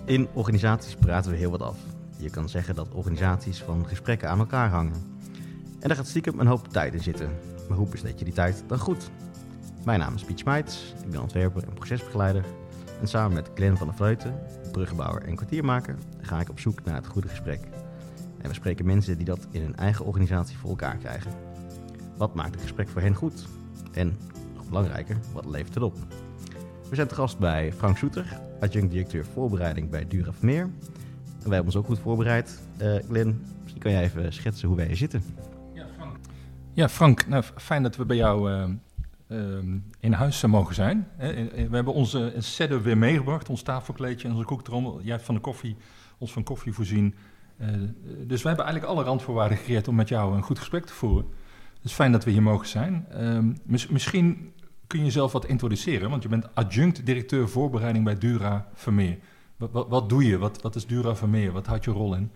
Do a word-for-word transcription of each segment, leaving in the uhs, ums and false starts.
In organisaties praten we heel wat af. Je kan zeggen dat organisaties van gesprekken aan elkaar hangen. En daar gaat stiekem een hoop tijd in zitten. Maar hoe besteed je die tijd dan goed? Mijn naam is Piet Schmeits, ik ben ontwerper en procesbegeleider. En samen met Glenn van der Vleuten, bruggenbouwer en kwartiermaker, ga ik op zoek naar het goede gesprek. En we spreken mensen die dat in hun eigen organisatie voor elkaar krijgen. Wat maakt een gesprek voor hen goed? En, nog belangrijker, wat levert het op? We zijn te gast bij Frank Soeter, adjunct-directeur voorbereiding bij Dura Vermeer. En wij hebben ons ook goed voorbereid. Uh, Glenn, misschien kan jij even schetsen hoe wij hier zitten. Ja, Frank. Ja, Frank, nou, fijn dat we bij jou uh, uh, in huis uh, mogen zijn. Uh, we hebben onze setup weer meegebracht, ons tafelkleedje en onze koektrommel. Jij hebt van de koffie, ons van koffie voorzien. Uh, dus we hebben eigenlijk alle randvoorwaarden gecreëerd om met jou een goed gesprek te voeren. Het is fijn dat we hier mogen zijn. Uh, mis, misschien kun je jezelf wat introduceren, want je bent adjunct-directeur voorbereiding bij Dura Vermeer. Wat, wat, wat doe je? Wat, wat is Dura Vermeer? Wat houdt je rol in?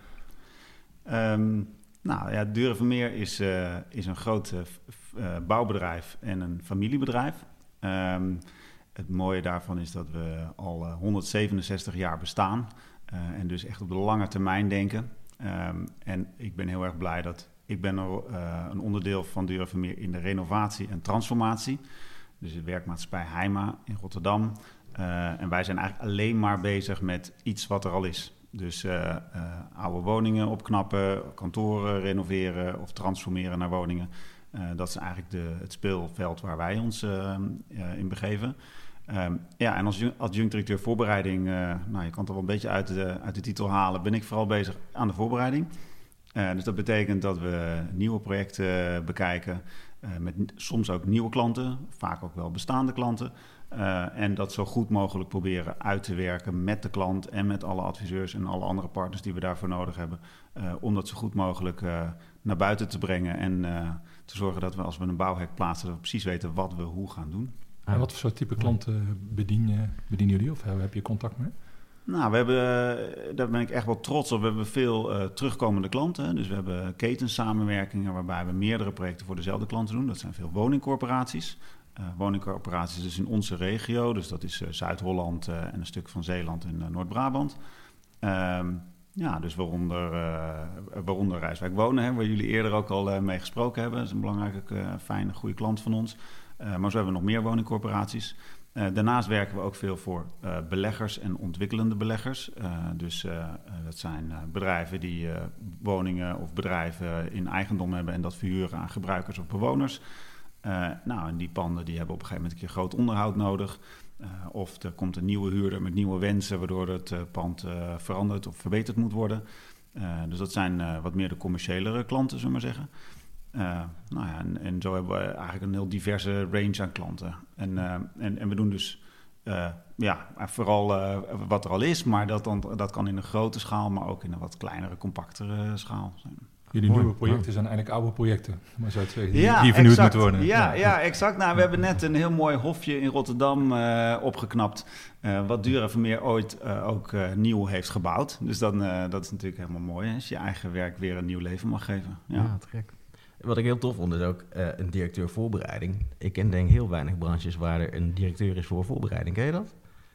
Um, nou ja, Dura Vermeer is, uh, is een groot uh, uh, bouwbedrijf en een familiebedrijf. Um, het mooie daarvan is dat we al uh, honderdzevenenzestig jaar bestaan uh, en dus echt op de lange termijn denken. Um, en ik ben heel erg blij dat ik ben er, uh, een onderdeel van Dura Vermeer in de renovatie en transformatie. Dus de werkmaatschappij Heima in Rotterdam. Uh, en wij zijn eigenlijk alleen maar bezig met iets wat er al is. Dus uh, uh, oude woningen opknappen, kantoren renoveren of transformeren naar woningen. Uh, dat is eigenlijk de, het speelveld waar wij ons uh, uh, in begeven. Um, ja, en als adjunct-directeur voorbereiding, uh, nou, je kan het er wel een beetje uit de, uit de titel halen, ben ik vooral bezig aan de voorbereiding. Uh, dus dat betekent dat we nieuwe projecten bekijken, uh, met soms ook nieuwe klanten, vaak ook wel bestaande klanten. Uh, en dat zo goed mogelijk proberen uit te werken met de klant en met alle adviseurs en alle andere partners die we daarvoor nodig hebben. Uh, om dat zo goed mogelijk uh, naar buiten te brengen en uh, te zorgen dat we als we een bouwhek plaatsen, dat we precies weten wat we hoe gaan doen. En wat voor soort type klanten bedien je, bedienen jullie of heb je contact mee? Nou, we hebben, daar ben ik echt wel trots op. We hebben veel uh, terugkomende klanten. Dus we hebben ketensamenwerkingen waarbij we meerdere projecten voor dezelfde klanten doen. Dat zijn veel woningcorporaties. Uh, woningcorporaties dus in onze regio. Dus dat is uh, Zuid-Holland uh, en een stuk van Zeeland en uh, Noord-Brabant. Um, ja, dus waaronder, uh, waaronder Rijswijk Wonen, hè, waar jullie eerder ook al uh, mee gesproken hebben. Dat is een belangrijke, uh, fijne, goede klant van ons. Uh, maar zo hebben we nog meer woningcorporaties. Uh, daarnaast werken we ook veel voor uh, beleggers en ontwikkelende beleggers. Uh, dus uh, uh, dat zijn uh, bedrijven die uh, woningen of bedrijven in eigendom hebben en dat verhuren aan gebruikers of bewoners. Uh, nou, en die panden die hebben op een gegeven moment een keer groot onderhoud nodig. Uh, of er komt een nieuwe huurder met nieuwe wensen, waardoor het uh, pand uh, veranderd of verbeterd moet worden. Uh, dus dat zijn uh, wat meer de commerciëlere klanten, zullen we maar zeggen. Uh, nou ja, en, en zo hebben we eigenlijk een heel diverse range aan klanten. En, uh, en, en we doen dus uh, ja, vooral uh, wat er al is, maar dat, dan, dat kan in een grote schaal, maar ook in een wat kleinere, compactere schaal zijn. Jullie nieuwe projecten zijn eigenlijk oude projecten, maar zou het zeggen, die, ja, die vernieuwd exact. moeten worden. Ja, ja. ja, exact. Nou, we hebben net een heel mooi hofje in Rotterdam uh, opgeknapt, uh, wat Dura Vermeer ooit uh, ook uh, nieuw heeft gebouwd. Dus dan, uh, dat is natuurlijk helemaal mooi, hè, als je je eigen werk weer een nieuw leven mag geven. Ja, ja te gek. Wat ik heel tof vond is ook uh, een directeur voorbereiding. Ik ken denk heel weinig branches waar er een directeur is voor voorbereiding. Ken je dat?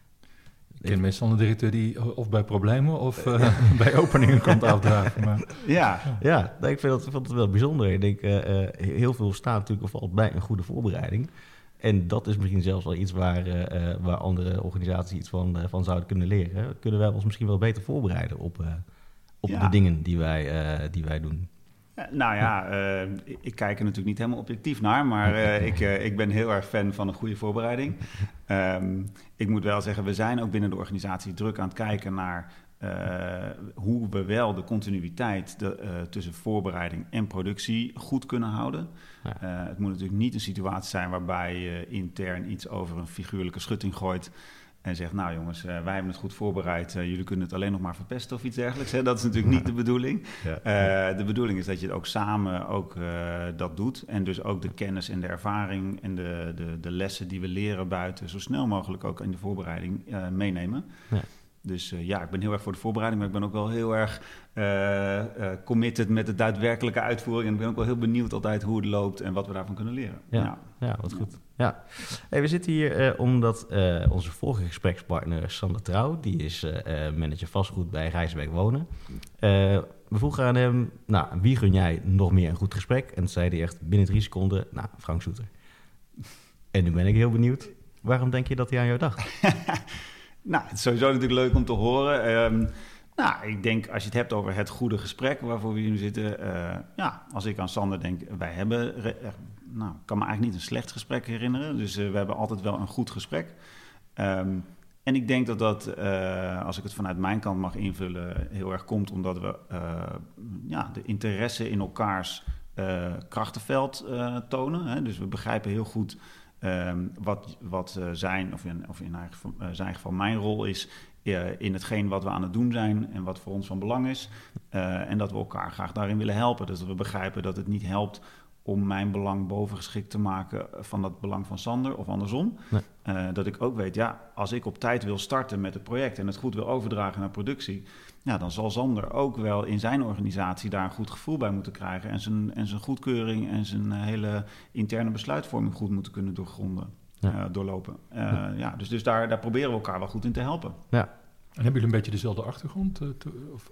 Ik ken meestal een directeur die of bij problemen of uh, bij openingen komt afdragen. Maar... Ja, ja nou, ik vind dat, vind dat wel bijzonder. Ik denk, uh, uh, heel veel staat natuurlijk of valt bij een goede voorbereiding. En dat is misschien zelfs wel iets waar, uh, waar andere organisaties iets van, uh, van zouden kunnen leren. Kunnen wij ons misschien wel beter voorbereiden op, uh, op ja. de dingen die wij, uh, die wij doen. Nou ja, uh, ik kijk er natuurlijk niet helemaal objectief naar, maar uh, ik, uh, ik ben heel erg fan van een goede voorbereiding. Um, ik moet wel zeggen, we zijn ook binnen de organisatie druk aan het kijken naar uh, hoe we wel de continuïteit de, uh, tussen voorbereiding en productie goed kunnen houden. Ja. Uh, het moet natuurlijk niet een situatie zijn waarbij je intern iets over een figuurlijke schutting gooit en zegt, nou jongens, uh, wij hebben het goed voorbereid, uh, jullie kunnen het alleen nog maar verpesten of iets dergelijks. Hè? Dat is natuurlijk niet de bedoeling. Ja. Uh, de bedoeling is dat je het ook samen ook, uh, dat doet. En dus ook de kennis en de ervaring en de, de, de lessen die we leren buiten zo snel mogelijk ook in de voorbereiding uh, meenemen. Ja. Dus uh, ja, ik ben heel erg voor de voorbereiding, maar ik ben ook wel heel erg uh, uh, committed met de daadwerkelijke uitvoering. En ik ben ook wel heel benieuwd altijd hoe het loopt en wat we daarvan kunnen leren. Ja, ja. ja wat goed. Ja. Ja, hey, we zitten hier uh, omdat uh, onze vorige gesprekspartner Sander Trouw, die is uh, manager vastgoed bij Rijswijk Wonen. Uh, we vroegen aan hem, nou, wie gun jij nog meer een goed gesprek? En toen zei hij echt binnen drie seconden, nou, Frank Soeter. En nu ben ik heel benieuwd, waarom denk je dat hij aan jou dacht? Nou, het is sowieso natuurlijk leuk om te horen. Um, nou, ik denk als je het hebt over het goede gesprek waarvoor we hier nu zitten. Uh, ja, als ik aan Sander denk, wij hebben, re- nou, ik kan me eigenlijk niet een slecht gesprek herinneren. Dus uh, we hebben altijd wel een goed gesprek. Um, en ik denk dat dat, uh, als ik het vanuit mijn kant mag invullen, heel erg komt omdat we uh, ja, de interesse in elkaars uh, krachtenveld uh, tonen. Hè? Dus we begrijpen heel goed um, wat, wat uh, zijn, of in, of in eigen, uh, zijn geval mijn rol is uh, in hetgeen wat we aan het doen zijn en wat voor ons van belang is. Uh, en dat we elkaar graag daarin willen helpen. Dus dat we begrijpen dat het niet helpt om mijn belang bovengeschikt te maken van dat belang van Sander of andersom. Nee. Uh, dat ik ook weet, ja, als ik op tijd wil starten met het project en het goed wil overdragen naar productie, ja, dan zal Sander ook wel in zijn organisatie daar een goed gevoel bij moeten krijgen en zijn, en zijn goedkeuring en zijn hele interne besluitvorming goed moeten kunnen doorgronden, ja. uh, doorlopen. Uh, ja. Ja, dus dus daar, daar proberen we elkaar wel goed in te helpen. Ja. En hebben jullie een beetje dezelfde achtergrond? Uh, te, of?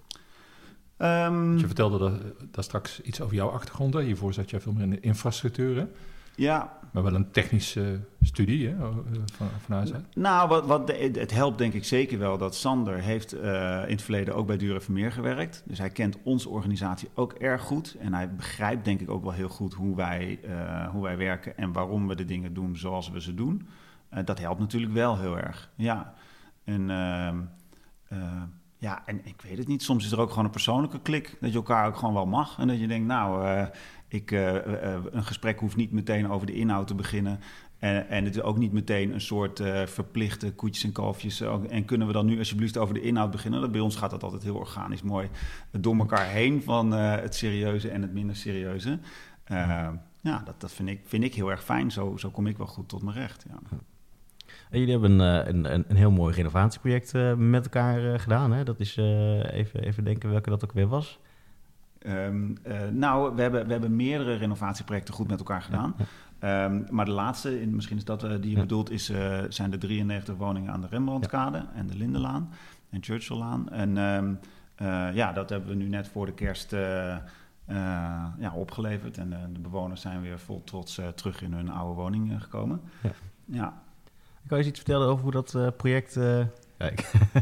Um, je vertelde daar, daar straks iets over jouw achtergrond. Hè? Hiervoor zat jij veel meer in de infrastructuur. Hè? Ja. Maar wel een technische studie hè? van, van huis uit. Nou, wat, wat de, het helpt denk ik zeker wel dat Sander heeft uh, in het verleden ook bij Dure Vermeer gewerkt. Dus hij kent onze organisatie ook erg goed. En hij begrijpt denk ik ook wel heel goed hoe wij, uh, hoe wij werken en waarom we de dingen doen zoals we ze doen. Uh, dat helpt natuurlijk wel heel erg. Ja. En... Uh, uh, Ja, en ik weet het niet. Soms is er ook gewoon een persoonlijke klik. Dat je elkaar ook gewoon wel mag. En dat je denkt, nou, uh, ik, uh, uh, een gesprek hoeft niet meteen over de inhoud te beginnen. En, en het is ook niet meteen een soort uh, verplichte koetjes en kalfjes. En kunnen we dan nu alsjeblieft over de inhoud beginnen? Dat bij ons gaat dat altijd heel organisch mooi door elkaar heen van uh, het serieuze en het minder serieuze. Uh, ja, dat, dat vind, ik, vind ik heel erg fijn. Zo, zo kom ik wel goed tot mijn recht, ja. En jullie hebben een, een, een heel mooi renovatieproject uh, met elkaar uh, gedaan. Hè? Dat is, uh, even, even denken welke dat ook weer was. Um, uh, nou, we hebben, we hebben meerdere renovatieprojecten goed met elkaar gedaan. Ja, ja. Um, maar de laatste, misschien is dat uh, die je ja. bedoelt, is, uh, zijn de drieënnegentig woningen aan de Rembrandtkade ja. en de Lindenlaan en Churchilllaan. En um, uh, ja, dat hebben we nu net voor de kerst uh, uh, ja, opgeleverd. En uh, de bewoners zijn weer vol trots uh, terug in hun oude woning uh, gekomen. Ja. ja. Kan je eens iets vertellen over hoe dat uh, project... Uh, ja,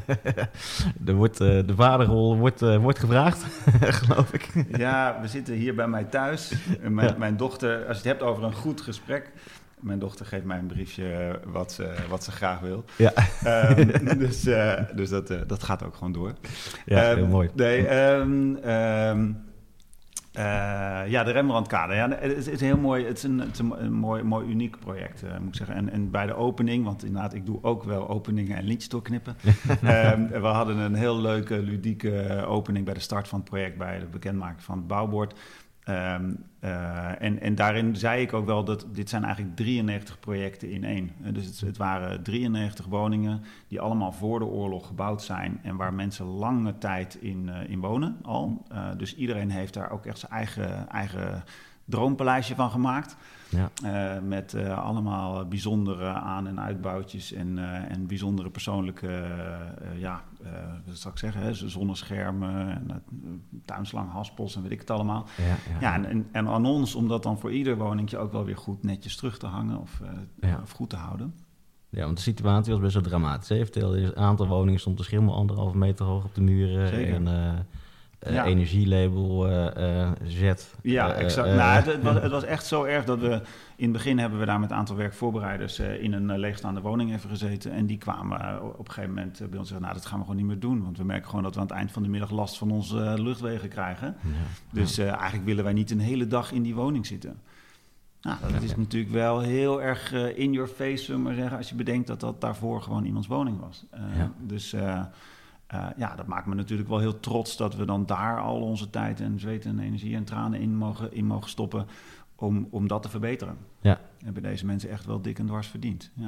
er wordt, uh, de vaderrol wordt, uh, wordt gevraagd, geloof ik. Ja, we zitten hier bij mij thuis. Mijn, ja. mijn dochter, als je het hebt over een goed gesprek... Mijn dochter geeft mij een briefje wat ze, wat ze graag wil. Ja. Um, dus uh, dus dat, uh, dat gaat ook gewoon door. Ja, um, heel mooi. Nee, um, um, Uh, ja, de Rembrandtkade. Ja, het is, het is heel mooi. Het is een, het is een, een mooi, mooi, uniek project, uh, moet ik zeggen. En, en bij de opening, want inderdaad, ik doe ook wel openingen en liedjes doorknippen. um, we hadden een heel leuke, ludieke opening bij de start van het project, bij de bekendmaking van het bouwbord. Um, uh, en, en daarin zei ik ook wel dat dit zijn eigenlijk drieënnegentig projecten in één. Uh, dus het, het waren drieënnegentig woningen die allemaal voor de oorlog gebouwd zijn en waar mensen lange tijd in, uh, in wonen al. Uh, dus iedereen heeft daar ook echt zijn eigen, eigen droompaleisje van gemaakt. Ja. Uh, met uh, allemaal bijzondere aan- en uitbouwtjes en, uh, en bijzondere persoonlijke, uh, ja, uh, wat zou ik zeggen, hè, zonneschermen en uh, tuinslangenhaspels en weet ik het allemaal. Ja, ja, ja, en, en, en aan ons om dat dan voor ieder woningje ook wel weer goed netjes terug te hangen of, uh, ja. of goed te houden. Ja, want de situatie was best wel dramatisch. Hè? Een aantal woningen stond de schimmel anderhalve meter hoog op de muren. Zeker. En, uh, Uh, ja. energielabel uh, uh, Z. Ja, uh, exact. Uh, nou, het, het, was, het was echt zo erg dat we... In het begin hebben we daar met een aantal werkvoorbereiders... Uh, in een uh, leegstaande woning even gezeten. En die kwamen uh, op een gegeven moment uh, bij ons zeggen... nou, dat gaan we gewoon niet meer doen. Want we merken gewoon dat we aan het eind van de middag... last van onze uh, luchtwegen krijgen. Ja. Dus uh, eigenlijk willen wij niet een hele dag in die woning zitten. Nou, dat ja, is ja. natuurlijk wel heel erg uh, in your face, zullen we maar zeggen... als je bedenkt dat dat daarvoor gewoon iemands woning was. Uh, ja. Dus... Uh, Uh, ja, dat maakt me natuurlijk wel heel trots dat we dan daar al onze tijd en zweet en energie en tranen in mogen, in mogen stoppen om, om dat te verbeteren. Ja. Hebben deze mensen echt wel dik en dwars verdiend. Ja. Ja.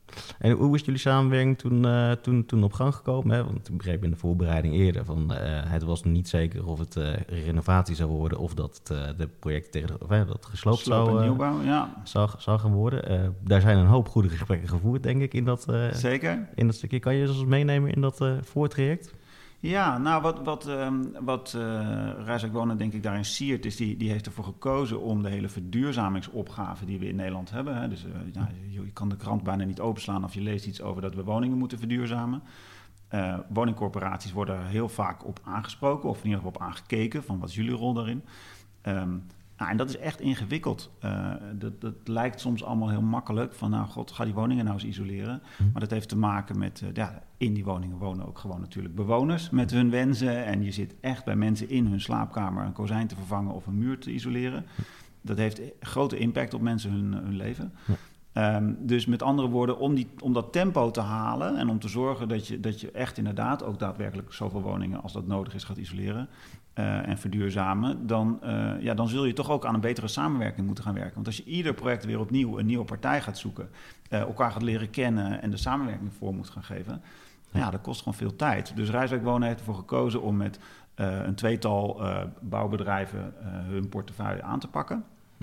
En hoe is jullie samenwerking toen, uh, toen, toen op gang gekomen? Hè? Want ik begreep in de voorbereiding eerder van uh, het was niet zeker of het uh, renovatie zou worden of dat het uh, de project tegen de, of, uh, dat gesloopt Sloop zou, en uh, nieuwbouw, ja. zou, zou gaan worden. Uh, daar zijn een hoop goede gesprekken gevoerd, denk ik, in dat, uh, Zeker. In dat stukje. Kan je ons meenemen in dat uh, voortraject? Ja, nou wat, wat, um, wat uh, Rijswijk Wonen denk ik daarin siert is, die, die heeft ervoor gekozen om de hele verduurzamingsopgave die we in Nederland hebben. Hè, dus uh, ja, je, je kan de krant bijna niet openslaan of je leest iets over dat we woningen moeten verduurzamen. Uh, woningcorporaties worden er heel vaak op aangesproken of in ieder geval op aangekeken van wat is jullie rol daarin. Um, Nou, en dat is echt ingewikkeld. Uh, dat, dat lijkt soms allemaal heel makkelijk. Van nou, god, ga die woningen nou eens isoleren. Hm. Maar dat heeft te maken met... Uh, ja, in die woningen wonen ook gewoon natuurlijk bewoners met hun wensen. En je zit echt bij mensen in hun slaapkamer een kozijn te vervangen of een muur te isoleren. Dat heeft grote impact op mensen hun, hun leven. Ja. Um, dus met andere woorden, om, die, om dat tempo te halen en om te zorgen dat je, dat je echt inderdaad ook daadwerkelijk zoveel woningen als dat nodig is gaat isoleren uh, en verduurzamen, dan, uh, ja, dan zul je toch ook aan een betere samenwerking moeten gaan werken. Want als je ieder project weer opnieuw een nieuwe partij gaat zoeken, uh, elkaar gaat leren kennen en de samenwerking voor moet gaan geven, ja, dat kost gewoon veel tijd. Dus Rijswijk Wonen heeft ervoor gekozen om met uh, een tweetal uh, bouwbedrijven uh, hun portefeuille aan te pakken.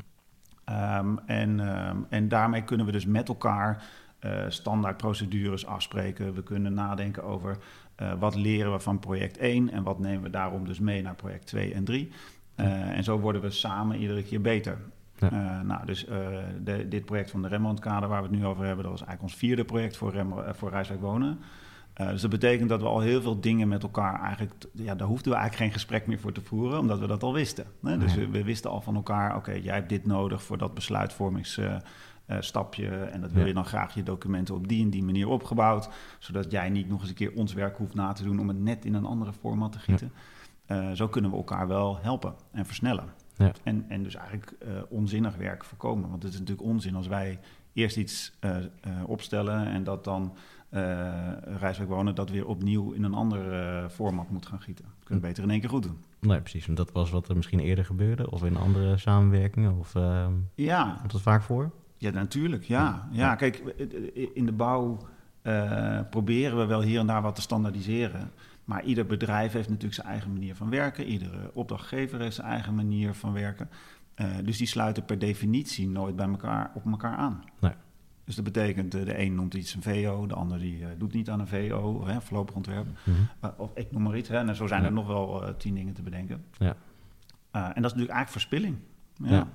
Um, en, um, en daarmee kunnen we dus met elkaar uh, standaard procedures afspreken. We kunnen nadenken over uh, wat leren we van project één en wat nemen we daarom dus mee naar project twee en drie. Uh, en zo worden we samen iedere keer beter. Ja. Uh, nou, dus uh, de, dit project van de Rembrandtkade waar we het nu over hebben, dat was eigenlijk ons vierde project voor, Rem, uh, voor Rijswijk Wonen. Uh, dus dat betekent dat we al heel veel dingen met elkaar eigenlijk... Ja, daar hoefden we eigenlijk geen gesprek meer voor te voeren, omdat we dat al wisten. Hè? Dus we, we wisten al van elkaar, oké, okay, jij hebt dit nodig voor dat besluitvormingsstapje. Uh, uh, en dat wil ja. je dan graag je documenten op die en die manier opgebouwd, zodat jij niet nog eens een keer ons werk hoeft na te doen om het net in een andere format te gieten. Ja. Uh, zo kunnen we elkaar wel helpen en versnellen. Ja. En, en dus eigenlijk uh, onzinnig werk voorkomen. Want het is natuurlijk onzin als wij eerst iets uh, uh, opstellen en dat dan... Uh, Rijswijk Wonen dat weer opnieuw in een ander uh, format moet gaan gieten. Dat kunnen we beter in één keer goed doen. Nee, precies. Want dat was wat er misschien eerder gebeurde of in andere samenwerkingen? Of uh, ja. Komt dat vaak voor? Ja, natuurlijk. Ja, ja. ja kijk, in de bouw uh, proberen we wel hier en daar wat te standaardiseren. Maar ieder bedrijf heeft natuurlijk zijn eigen manier van werken. Iedere opdrachtgever heeft zijn eigen manier van werken. Uh, dus die sluiten per definitie nooit bij elkaar op elkaar aan. Nee. Dus dat betekent, de een noemt iets een V O, de ander die uh, doet niet aan een V O, hè, voorlopig ontwerp. Mm-hmm. Uh, of ik noem maar iets, hè, en zo zijn ja. er nog wel uh, tien dingen te bedenken. Ja. Uh, en dat is natuurlijk eigenlijk verspilling. Ja. Ja.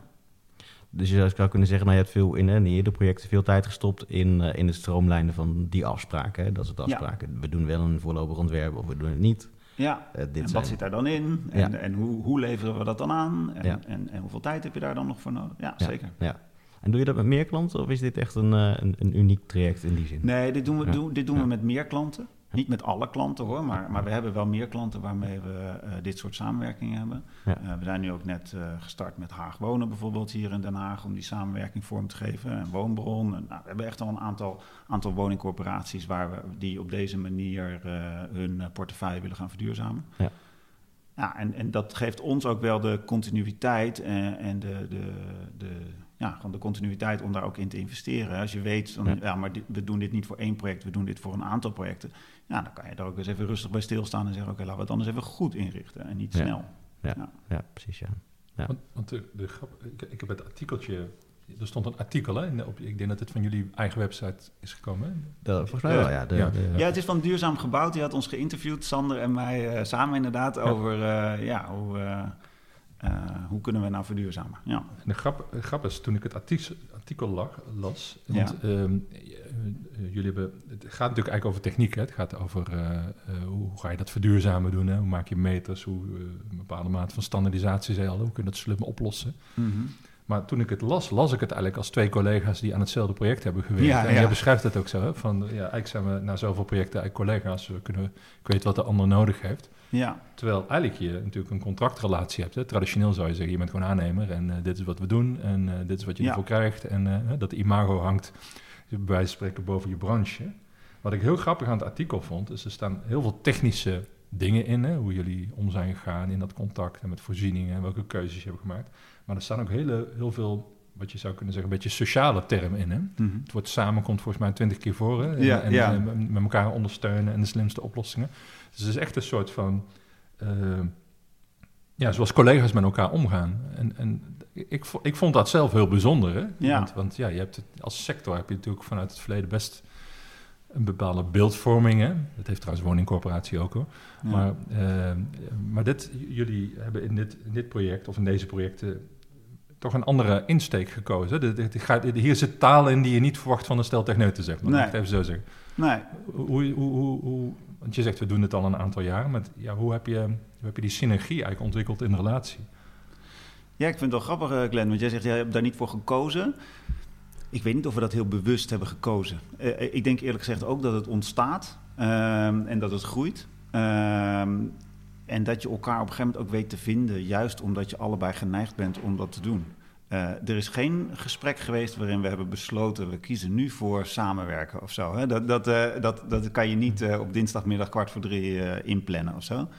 Dus je zou kunnen zeggen, nou, je hebt veel in, hè, in de eerdere projecten veel tijd gestopt in, uh, in het stroomlijnen van die afspraken. Hè, dat soort afspraken. Ja. We doen wel een voorlopig ontwerp of we doen het niet. Ja, uh, dit en zijn... wat zit daar dan in? En, ja. en hoe, hoe leveren we dat dan aan? En, ja. en, en hoeveel tijd heb je daar dan nog voor nodig? Ja, ja. zeker. Ja. En doe je dat met meer klanten of is dit echt een, een, een uniek traject in die zin? Nee, dit doen we, ja. doen, dit doen ja. we met meer klanten. Niet met alle klanten hoor, maar, maar we hebben wel meer klanten waarmee we uh, dit soort samenwerkingen hebben. Ja. Uh, we zijn nu ook net uh, gestart met Haag Wonen bijvoorbeeld hier in Den Haag om die samenwerking vorm te geven. En Woonbron. En, nou, we hebben echt al een aantal, aantal woningcorporaties waar we, die op deze manier uh, hun portefeuille willen gaan verduurzamen. Ja. Ja, en, en dat geeft ons ook wel de continuïteit en, en de... de, de Ja, gewoon de continuïteit om daar ook in te investeren. Als je weet, dan, ja. Ja, maar dit, we doen dit niet voor één project, we doen dit voor een aantal projecten. Ja, dan kan je daar ook eens even rustig bij stilstaan en zeggen, oké, okay, laten we het dan eens even goed inrichten en niet ja. snel. Ja, ja. ja precies, ja. ja. Want, want de, de grap, ik, ik heb het artikeltje, er stond een artikel, hè, op, ik denk dat het van jullie eigen website is gekomen. Hè? De, volgens mij wel, ja. De, ja. De, ja, het is van Duurzaam Gebouwd, die had ons geïnterviewd, Sander en mij uh, samen inderdaad, ja. over uh, ja, hoe... Uh, Uh, hoe kunnen we nou verduurzamen? Ja. En de grap, de grap is, toen ik het artikel, artikel lag, las... Want, ja. um, uh, uh, jullie hebben, het gaat natuurlijk eigenlijk over techniek. Hè? Het gaat over uh, uh, hoe ga je dat verduurzamen doen? Hè? Hoe maak je meters? Hoe, uh, een bepaalde mate van standaardisatie, zei al, hoe kun je dat slim oplossen? Mm-hmm. Maar toen ik het las, las ik het eigenlijk als twee collega's die aan hetzelfde project hebben gewerkt. Ja, en ja. jij beschrijft het ook zo, hè? Van, ja, eigenlijk zijn we na zoveel projecten eigenlijk collega's. We kunnen, ik weet wat de ander nodig heeft. Ja. Terwijl eigenlijk je natuurlijk een contractrelatie hebt. Hè? Traditioneel zou je zeggen, je bent gewoon aannemer en uh, dit is wat we doen en uh, dit is wat je ja. ervoor krijgt. En uh, dat de imago hangt, bij wijze van spreken, boven je branche. Wat ik heel grappig aan het artikel vond, is er staan heel veel technische dingen in. Hè? Hoe jullie om zijn gegaan in dat contact en met voorzieningen en welke keuzes je hebt gemaakt. Maar er staan ook hele, heel veel wat je zou kunnen zeggen, een beetje sociale term in. Hè? Mm-hmm. Het woord samen komt volgens mij twintig keer voor. Hè? En, Ja, en, ja. en met elkaar ondersteunen en de slimste oplossingen. Dus het is echt een soort van... Uh, ja, zoals collega's met elkaar omgaan. En, en ik, ik vond dat zelf heel bijzonder. Hè? Ja. Want, want ja, je hebt het, als sector heb je natuurlijk vanuit het verleden best een bepaalde beeldvorming. Hè? Dat heeft trouwens woningcorporatie ook hoor. Ja. Maar, uh, maar dit, jullie hebben in dit, in dit project of in deze projecten toch een andere insteek gekozen. De, de, de, de, hier zit taal in die je niet verwacht van een stel techneuten, zeg maar. Nee. Laat ik het even zo zeggen. Nee. Hoe, hoe, hoe, hoe, want je zegt, we doen het al een aantal jaren. Maar ja, hoe, heb je, hoe heb je die synergie eigenlijk ontwikkeld in de relatie? Ja, ik vind het wel grappig, Glenn, want jij zegt, jij hebt daar niet voor gekozen. Ik weet niet of we dat heel bewust hebben gekozen. Uh, ik denk eerlijk gezegd ook dat het ontstaat um, en dat het groeit. Um, en dat je elkaar op een gegeven moment ook weet te vinden, juist omdat je allebei geneigd bent om dat te doen. Uh, er is geen gesprek geweest waarin we hebben besloten, we kiezen nu voor samenwerken of zo. Hè? Dat, dat, uh, dat, dat kan je niet uh, op dinsdagmiddag kwart voor drie uh, inplannen of zo.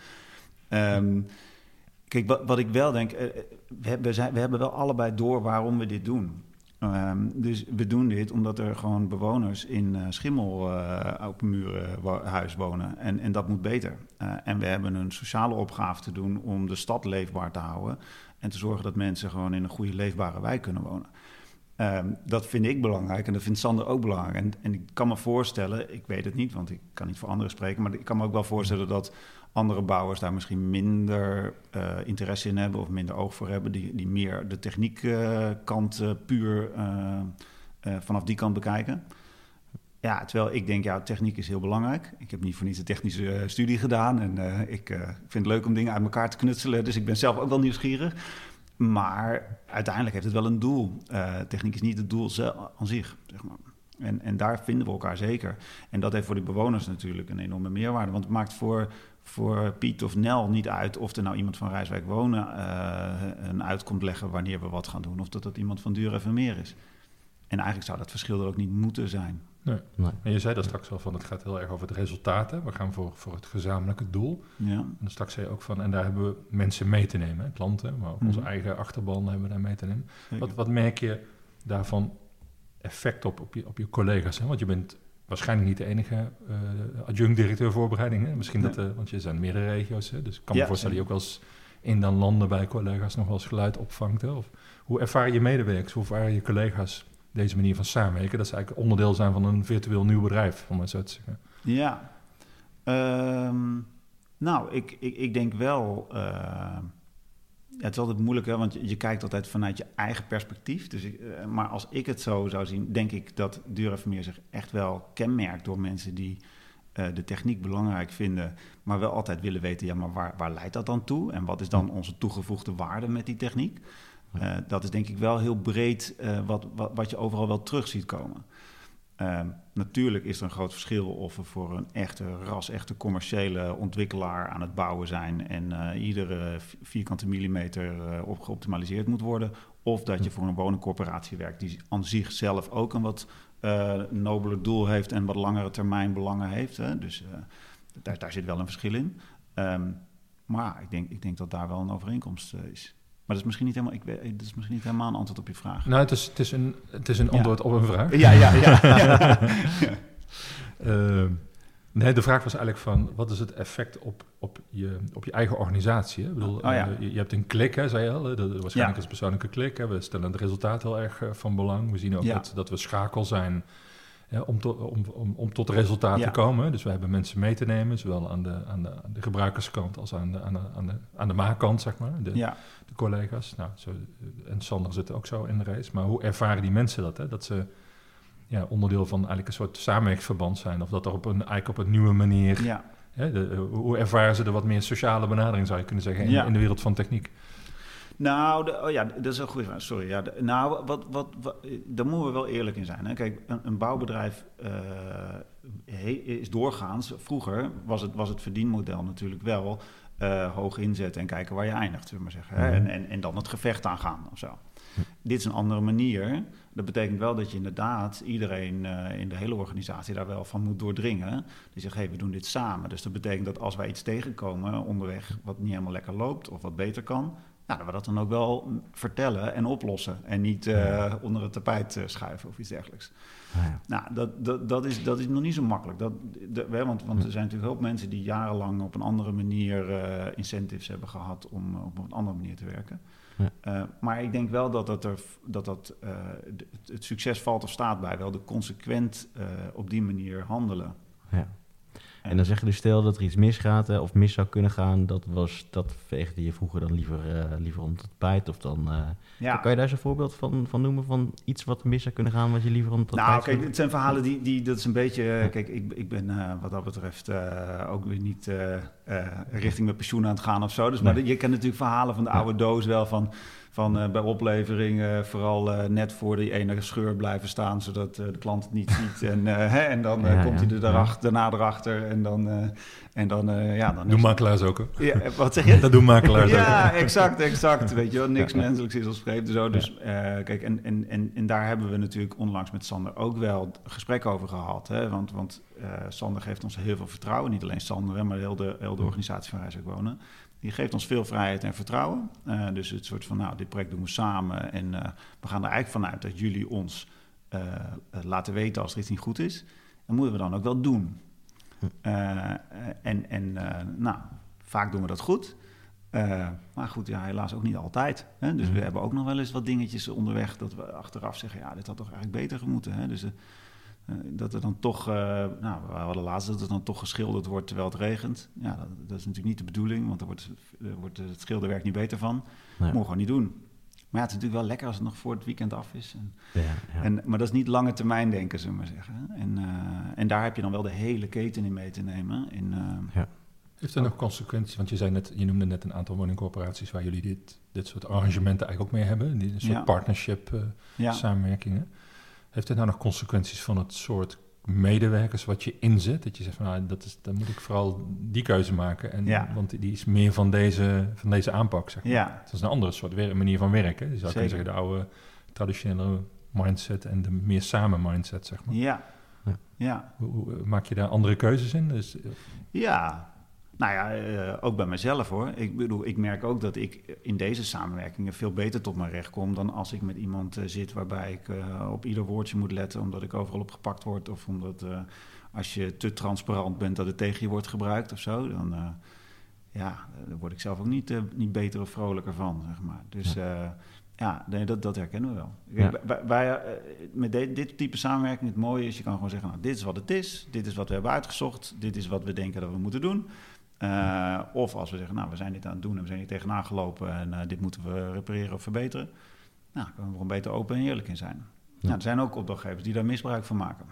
Um, kijk, wat, wat ik wel denk, uh, we, we, zijn, we hebben wel allebei door waarom we dit doen. Um, dus we doen dit omdat er gewoon bewoners in uh, Schimmel uh, op murenhuis wonen. En, en dat moet beter. Uh, en we hebben een sociale opgave te doen om de stad leefbaar te houden. En te zorgen dat mensen gewoon in een goede leefbare wijk kunnen wonen. Um, dat vind ik belangrijk en dat vindt Sander ook belangrijk. En, en ik kan me voorstellen, ik weet het niet, want ik kan niet voor anderen spreken. Maar ik kan me ook wel voorstellen dat andere bouwers daar misschien minder uh, interesse in hebben of minder oog voor hebben. Die, die meer de techniekkant uh, uh, puur uh, uh, vanaf die kant bekijken. Ja, terwijl ik denk, ja, techniek is heel belangrijk. Ik heb niet voor niets een technische uh, studie gedaan. En uh, ik uh, vind het leuk om dingen uit elkaar te knutselen. Dus ik ben zelf ook wel nieuwsgierig. Maar uiteindelijk heeft het wel een doel. Uh, techniek is niet het doel aan zich, zeg maar. En, en daar vinden we elkaar zeker. En dat heeft voor die bewoners natuurlijk een enorme meerwaarde. Want het maakt voor, voor Piet of Nel niet uit of er nou iemand van Rijswijk Wonen uh, een uit komt leggen wanneer we wat gaan doen. Of dat dat iemand van Dura Vermeer is. En eigenlijk zou dat verschil er ook niet moeten zijn. Nee. Nee. En je zei dat straks al van, het gaat heel erg over de resultaten. We gaan voor, voor het gezamenlijke doel. Ja. En straks zei je ook van, en daar hebben we mensen mee te nemen, hè, klanten, maar ook mm-hmm. onze eigen achterban hebben we daar mee te nemen. Wat, wat merk je daarvan effect op, op, je, op je collega's? Hè? Want je bent waarschijnlijk niet de enige uh, adjunct-directeur voorbereiding. Hè? Misschien nee. dat, uh, want je zijn meerdere regio's, hè? Dus ik kan me ja, voorstellen dat je ook wel eens in dan landen bij collega's nog wel eens geluid opvangt. Hè? Of hoe ervaren je medewerkers, hoe ervaren je collega's deze manier van samenwerken, dat ze eigenlijk onderdeel zijn van een virtueel nieuw bedrijf, om het zo te zeggen? Ja, um, nou, ik, ik, ik denk wel, uh, ja, het is altijd moeilijk, hè, want je, je kijkt altijd vanuit je eigen perspectief. Dus ik, uh, maar als ik het zo zou zien, denk ik dat Dura Vermeer zich echt wel kenmerkt door mensen die uh, de techniek belangrijk vinden, maar wel altijd willen weten, ja, maar waar, waar leidt dat dan toe? En wat is dan onze toegevoegde waarde met die techniek? Uh, dat is denk ik wel heel breed uh, wat, wat, wat je overal wel terug ziet komen. Uh, natuurlijk is er een groot verschil of we voor een echte ras-echte commerciële ontwikkelaar aan het bouwen zijn en uh, iedere vierkante millimeter uh, op geoptimaliseerd moet worden. Of dat je voor een woningcorporatie werkt die aan zichzelf ook een wat uh, nobeler doel heeft en wat langere termijn belangen heeft. Hè? Dus uh, daar, daar zit wel een verschil in. Um, maar ik denk, ik denk dat daar wel een overeenkomst uh, is. Maar dat is misschien niet helemaal, ik weet, dat is misschien niet helemaal een antwoord op je vraag. Nou, het is, het is een, het is een antwoord ja. op een vraag. Ja, ja, ja. ja. uh, nee, de vraag was eigenlijk van, wat is het effect op, op, je, op je eigen organisatie? Hè? Ik bedoel, oh, ja. uh, je, je hebt een klik, hè, zei je al. Hè? Dat, waarschijnlijk ja. is een persoonlijke klik. Hè? We stellen het resultaat heel erg uh, van belang. We zien ook ja. dat, dat we schakel zijn ja, om, to, om, om, om tot resultaat ja. te komen. Dus we hebben mensen mee te nemen, zowel aan de, aan de, aan de gebruikerskant als aan de, aan de, aan de, aan de maakkant, zeg maar. De, ja. de collega's. Nou, zo, en Sander zit ook zo in de race. Maar hoe ervaren die mensen dat? Hè? Dat ze ja, onderdeel van eigenlijk een soort samenwerkingsverband zijn. Of dat er op een, eigenlijk op een nieuwe manier... Ja. Hè, de, hoe ervaren ze de wat meer sociale benadering, zou je kunnen zeggen, in, ja. in de wereld van techniek? Nou, de, oh ja, dat is een goede vraag. Sorry. Ja, de, nou, wat, wat, wat, daar moeten we wel eerlijk in zijn. Hè? Kijk, een, een bouwbedrijf uh, he, is doorgaans... Vroeger was het, was het verdienmodel natuurlijk wel... Uh, hoog inzetten en kijken waar je eindigt, zullen we maar zeggen. Hè? En, en, en dan het gevecht aangaan of zo. Dit is een andere manier. Dat betekent wel dat je inderdaad iedereen uh, in de hele organisatie daar wel van moet doordringen. Die zegt, hé, hey, we doen dit samen. Dus dat betekent dat als wij iets tegenkomen onderweg wat niet helemaal lekker loopt of wat beter kan, ja, dat we dat dan ook wel vertellen en oplossen. En niet uh, ja. onder het tapijt uh, schuiven of iets dergelijks. Ah, ja. Nou, dat, dat, dat, is, dat is nog niet zo makkelijk. Dat, de, want, want er zijn natuurlijk ook mensen die jarenlang op een andere manier uh, incentives hebben gehad om uh, op een andere manier te werken. Ja. Uh, maar ik denk wel dat, dat, er, dat, dat uh, de, het succes valt of staat bij wel de consequent uh, op die manier handelen. Ja. En dan zeg je dus stel dat er iets misgaat hè, of mis zou kunnen gaan, dat was dat veegde je vroeger dan liever, uh, liever onder het tapijt of dan... Uh, ja. Kan je daar eens een voorbeeld van, van noemen van iets wat mis zou kunnen gaan wat je liever onder het tapijt... Nou, kijk, het zijn verhalen die, die dat is een beetje... Uh, kijk, ik, ik ben uh, wat dat betreft uh, ook weer niet uh, uh, richting mijn pensioen aan het gaan of zo. Dus, nee. Maar je kent natuurlijk verhalen van de oude ja. doos wel van... Van uh, bij oplevering uh, vooral uh, net voor die ene scheur blijven staan, zodat uh, de klant het niet ziet. En, uh, hè, en dan uh, ja, komt ja. hij er daarachter, daarna erachter. En dan, uh, en dan, uh, ja, dan doen makelaars ook, hè? Ja, wat zeg je? Dat doen makelaars ja, ook. Ja, exact, exact. Weet je wel, niks ja, ja. menselijks is als vreemd. Zo. Dus uh, kijk, en, en, en, en daar hebben we natuurlijk onlangs met Sander ook wel gesprek over gehad. Hè? Want, want uh, Sander geeft ons heel veel vertrouwen. Niet alleen Sander, hè, maar heel de, heel de organisatie van Reis ook Wonen. Die geeft ons veel vrijheid en vertrouwen. Uh, dus het soort van, nou, dit project doen we samen. En uh, we gaan er eigenlijk vanuit dat jullie ons uh, uh, laten weten als er iets niet goed is. Dat moeten we dan ook wel doen. Uh, en en uh, nou, vaak doen we dat goed. Uh, maar goed, ja, helaas ook niet altijd. Hè? Dus we hebben ook nog wel eens wat dingetjes onderweg... dat we achteraf zeggen, ja, dit had toch eigenlijk beter gemoeten. Hè? Dus... Uh, Uh, dat er dan toch, uh, nou, we hadden laatst dat het dan toch geschilderd wordt terwijl het regent. Ja, dat, dat is natuurlijk niet de bedoeling, want er wordt, er wordt het schilderwerk niet beter van. Nee. Mogen we gewoon niet doen. Maar ja, het is natuurlijk wel lekker als het nog voor het weekend af is. En, ja, ja. En, maar dat is niet lange termijn denken, zullen we maar zeggen. En, uh, en daar heb je dan wel de hele keten in mee te nemen. En, uh, ja. Heeft er nog consequenties? Want je zei net, je noemde net een aantal woningcorporaties waar jullie dit, dit soort arrangementen eigenlijk ook mee hebben. Die, een soort ja. partnership uh, ja. samenwerkingen. Heeft het nou nog consequenties van het soort medewerkers wat je inzet? Dat je zegt van, nou, dat is, dan moet ik vooral die keuze maken. En, ja. Want die is meer van deze, van deze aanpak, zeg maar. Ja. Het is een andere soort wer- manier van werken. Je zou kunnen zeggen de oude traditionele mindset en de meer samen mindset, zeg maar. Ja. ja. ja. Hoe, hoe, maak je daar andere keuzes in? Dus, ja. Nou ja, uh, ook bij mezelf hoor. Ik bedoel, ik merk ook dat ik in deze samenwerkingen veel beter tot mijn recht kom dan als ik met iemand uh, zit waarbij ik uh, op ieder woordje moet letten omdat ik overal op gepakt word of omdat uh, als je te transparant bent dat het tegen je wordt gebruikt of zo. Dan, uh, ja, daar word ik zelf ook niet, uh, niet beter of vrolijker van, zeg maar. Dus uh, ja, nee, dat, dat herkennen we wel. Ja. Wij, wij, uh, met de, dit type samenwerking, het mooie is, je kan gewoon zeggen, nou, dit is wat het is, dit is wat we hebben uitgezocht, dit is wat we denken dat we moeten doen. Uh, of als we zeggen, nou, we zijn dit aan het doen en we zijn hier tegenaan gelopen en uh, dit moeten we repareren of verbeteren. Nou, dan kunnen we gewoon beter open en eerlijk in zijn. Ja. Nou, er zijn ook opdrachtgevers die daar misbruik van maken.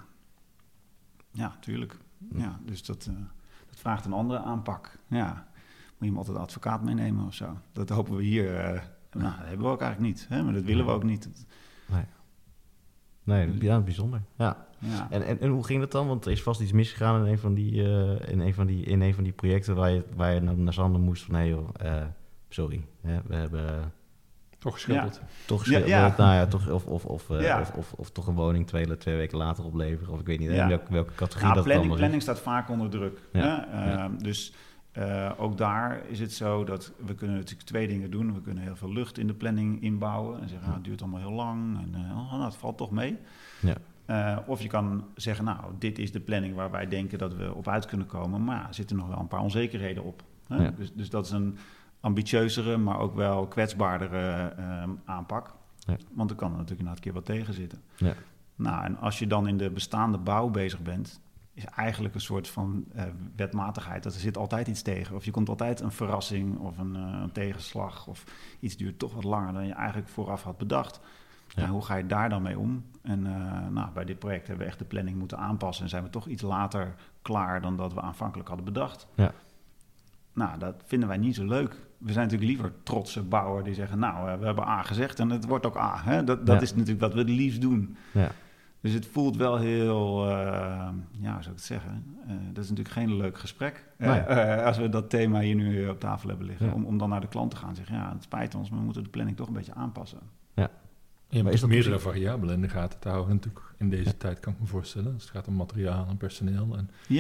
Ja, tuurlijk. Ja, dus dat, uh, dat vraagt een andere aanpak. Ja, moet je hem altijd een advocaat meenemen of zo. Dat hopen we hier. Uh, nou, dat hebben we ook eigenlijk niet, hè? Maar dat willen we ook niet. Nee. Nee, ja, bijzonder. Ja. Ja. En, en, en hoe ging dat dan? Want er is vast iets misgegaan in een van die, uh, in een van die, in een van die projecten waar je, waar je naar, naar Sander moest van, hé hey joh, uh, sorry, hè, we hebben... Uh, toch geschilderd. Ja. Toch geschilderd, ja, ja. Nou ja, toch, of, of, of, uh, ja. of, of, of toch een woning twee, twee weken later opleveren, of ik weet niet ja. welke, welke categorie ja, dat planning, dan planning is. staat vaak onder druk. Ja. Uh, ja. Dus uh, ook daar is het zo dat we kunnen natuurlijk twee dingen doen. We kunnen heel veel lucht in de planning inbouwen en zeggen, nou, het duurt allemaal heel lang en uh, oh, nou, het valt toch mee. Ja. Uh, of je kan zeggen, nou, dit is de planning waar wij denken dat we op uit kunnen komen. Maar ja, er zitten nog wel een paar onzekerheden op. Hè? Ja. Dus, dus dat is een ambitieuzere, maar ook wel kwetsbaardere uh, aanpak. Ja. Want er kan er natuurlijk een keer wat tegen zitten. Ja. Nou, en als je dan in de bestaande bouw bezig bent, is eigenlijk een soort van uh, wetmatigheid. Dat er zit altijd iets tegen. Of je komt altijd een verrassing of een, uh, een tegenslag. Of iets duurt toch wat langer dan je eigenlijk vooraf had bedacht. Ja. En hoe ga je daar dan mee om? En uh, nou, bij dit project hebben we echt de planning moeten aanpassen. En zijn we toch iets later klaar dan dat we aanvankelijk hadden bedacht. Ja. Nou, dat vinden wij niet zo leuk. We zijn natuurlijk liever trotse bouwer die zeggen, nou, uh, we hebben A gezegd en het wordt ook A. Hè? Dat, dat ja. is natuurlijk wat we het liefst doen. Ja. Dus het voelt wel heel, uh, ja, hoe zou ik het zeggen? Uh, dat is natuurlijk geen leuk gesprek. Nee. Uh, uh, als we dat thema hier nu op tafel hebben liggen. Ja. Om, om dan naar de klant te gaan en zeggen, ja, het spijt ons, maar we moeten de planning toch een beetje aanpassen. Ja. Ja, maar is dat meerdere variabelen in de gaten te houden natuurlijk in deze ja. tijd, kan ik me voorstellen. Dus het gaat om materiaal en personeel. En ja.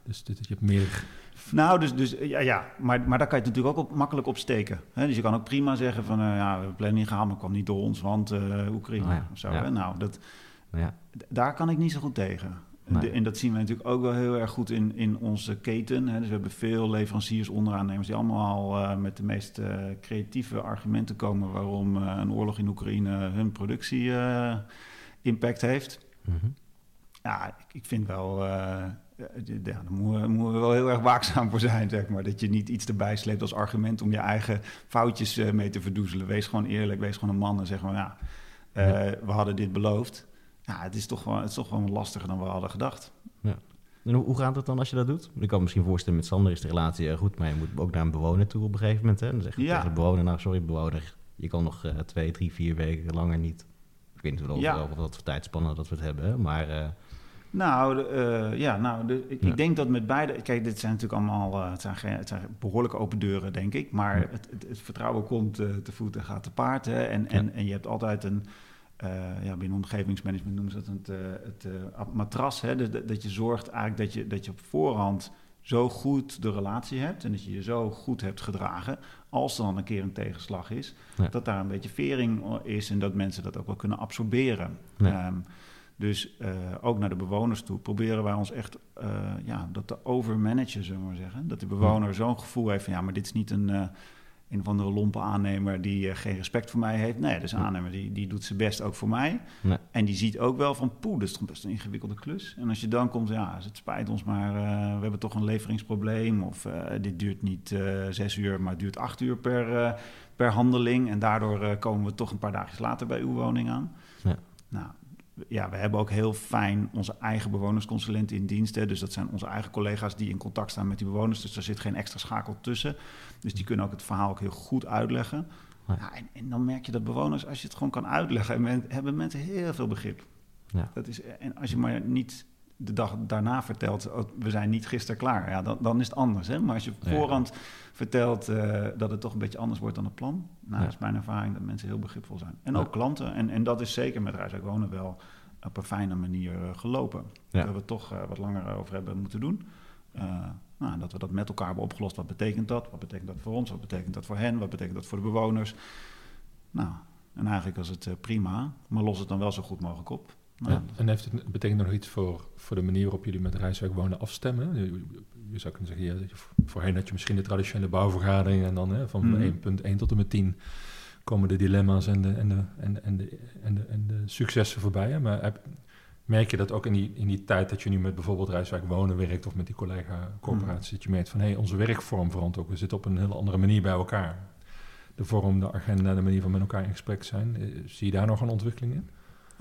Dus dit, je hebt meer... Nou, dus, dus ja, ja. Maar, maar daar kan je het natuurlijk ook op, makkelijk op steken. Hè? Dus je kan ook prima zeggen van, uh, ja, we hebben planning gehaald, maar kwam niet door ons, want uh, Oekraïne oh ja, of zo. Ja. Hè? Nou, dat, ja. d- daar kan ik niet zo goed tegen. Nee. De, en dat zien we natuurlijk ook wel heel erg goed in, in onze keten. Hè? Dus we hebben veel leveranciers, onderaannemers die allemaal uh, met de meest uh, creatieve argumenten komen waarom uh, een oorlog in Oekraïne hun productie uh, impact heeft. Mm-hmm. Ja, ik, ik vind wel... Uh, ja, daar moeten we, moeten we wel heel erg waakzaam voor zijn, zeg maar. Dat je niet iets erbij sleept als argument om je eigen foutjes uh, mee te verdoezelen. Wees gewoon eerlijk, wees gewoon een man en zeg maar, ja, uh, ja. we hadden dit beloofd. Ja, het is toch gewoon, het is toch gewoon lastiger dan we hadden gedacht. Ja. En hoe, hoe gaat het dan als je dat doet? Ik kan me misschien voorstellen, met Sander is de relatie uh, goed, maar je moet ook naar een bewoner toe op een gegeven moment. Hè? Dan zeg je ja. tegen de bewoner, nou sorry bewoner, je kan nog uh, twee, drie, vier weken langer niet. Ik weet niet wel ja. over wat voor tijdspannen dat we het hebben, hè? Maar... Uh, Nou, de, uh, ja, nou de, ik, ja. ik denk dat met beide... Kijk, dit zijn natuurlijk allemaal... Uh, het, zijn geen, het zijn behoorlijke open deuren, denk ik. Maar ja. het, het, het vertrouwen komt uh, te voet en gaat te paard. Hè? En, ja. en, en je hebt altijd een... Uh, ja, binnen omgevingsmanagement noemen ze dat het, uh, het uh, matras. Hè? Dus dat, dat je zorgt eigenlijk dat je, dat je op voorhand zo goed de relatie hebt... en dat je je zo goed hebt gedragen... als er dan een keer een tegenslag is... Ja. dat daar een beetje vering is... en dat mensen dat ook wel kunnen absorberen. Ja. Um, Dus uh, ook naar de bewoners toe proberen wij ons echt uh, ja, dat te overmanagen, zullen we maar zeggen. Dat de bewoner ja. zo'n gevoel heeft van ja, maar dit is niet een, uh, een of andere lompe aannemer die uh, geen respect voor mij heeft. Nee, dat is een ja. aannemer die, die doet zijn best ook voor mij. Nee. En die ziet ook wel van poeh, dat is toch best een ingewikkelde klus. En als je dan komt, ja, het spijt ons, maar uh, we hebben toch een leveringsprobleem. Of uh, dit duurt niet uh, zes uur, maar het duurt acht uur per, uh, per handeling. En daardoor uh, komen we toch een paar dagjes later bij uw woning aan. Ja. Nou, ja, we hebben ook heel fijn onze eigen bewonersconsulenten in dienst. Hè. Dus dat zijn onze eigen collega's die in contact staan met die bewoners. Dus daar zit geen extra schakel tussen. Dus die kunnen ook het verhaal ook heel goed uitleggen. Ja. Ja, en, en dan merk je dat bewoners, als je het gewoon kan uitleggen... Men, hebben mensen heel veel begrip. Ja. Dat is, en als je maar niet de dag daarna vertelt... Oh, we zijn niet gisteren klaar, ja, dan, dan is het anders. Hè? Maar als je op voorhand ja. vertelt uh, dat het toch een beetje anders wordt dan het plan... nou, ja. dat is mijn ervaring dat mensen heel begripvol zijn. En ja. ook klanten. En, en dat is zeker met Rijswijk Wonen wel op een fijne manier uh, gelopen. Ja. Dat we het toch uh, wat langer over hebben moeten doen. Uh, nou, dat we dat met elkaar hebben opgelost. Wat betekent dat? Wat betekent dat voor ons? Wat betekent dat voor hen? Wat betekent dat voor de bewoners? Nou, en eigenlijk was het uh, prima. Maar los het dan wel zo goed mogelijk op. Nou, ja, en heeft het, betekent het nog iets voor, voor de manier waarop jullie met Rijswijk Wonen afstemmen? Je, je zou kunnen zeggen, ja, voorheen had je misschien de traditionele bouwvergadering... en dan hè, van mm-hmm. één punt één tot en met tien komen de dilemma's en de, en de, en de, en de, en de, en de successen voorbij. Hè? Maar heb, merk je dat ook in die, in die tijd dat je nu met bijvoorbeeld Rijswijk Wonen werkt... of met die collega-corporaties, mm. dat je merkt van... hé, hey, onze werkvorm verandert ook. We zitten op een hele andere manier bij elkaar. De vorm, de agenda, de manier van met elkaar in gesprek zijn. Zie je daar nog een ontwikkeling in?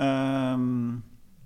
Um,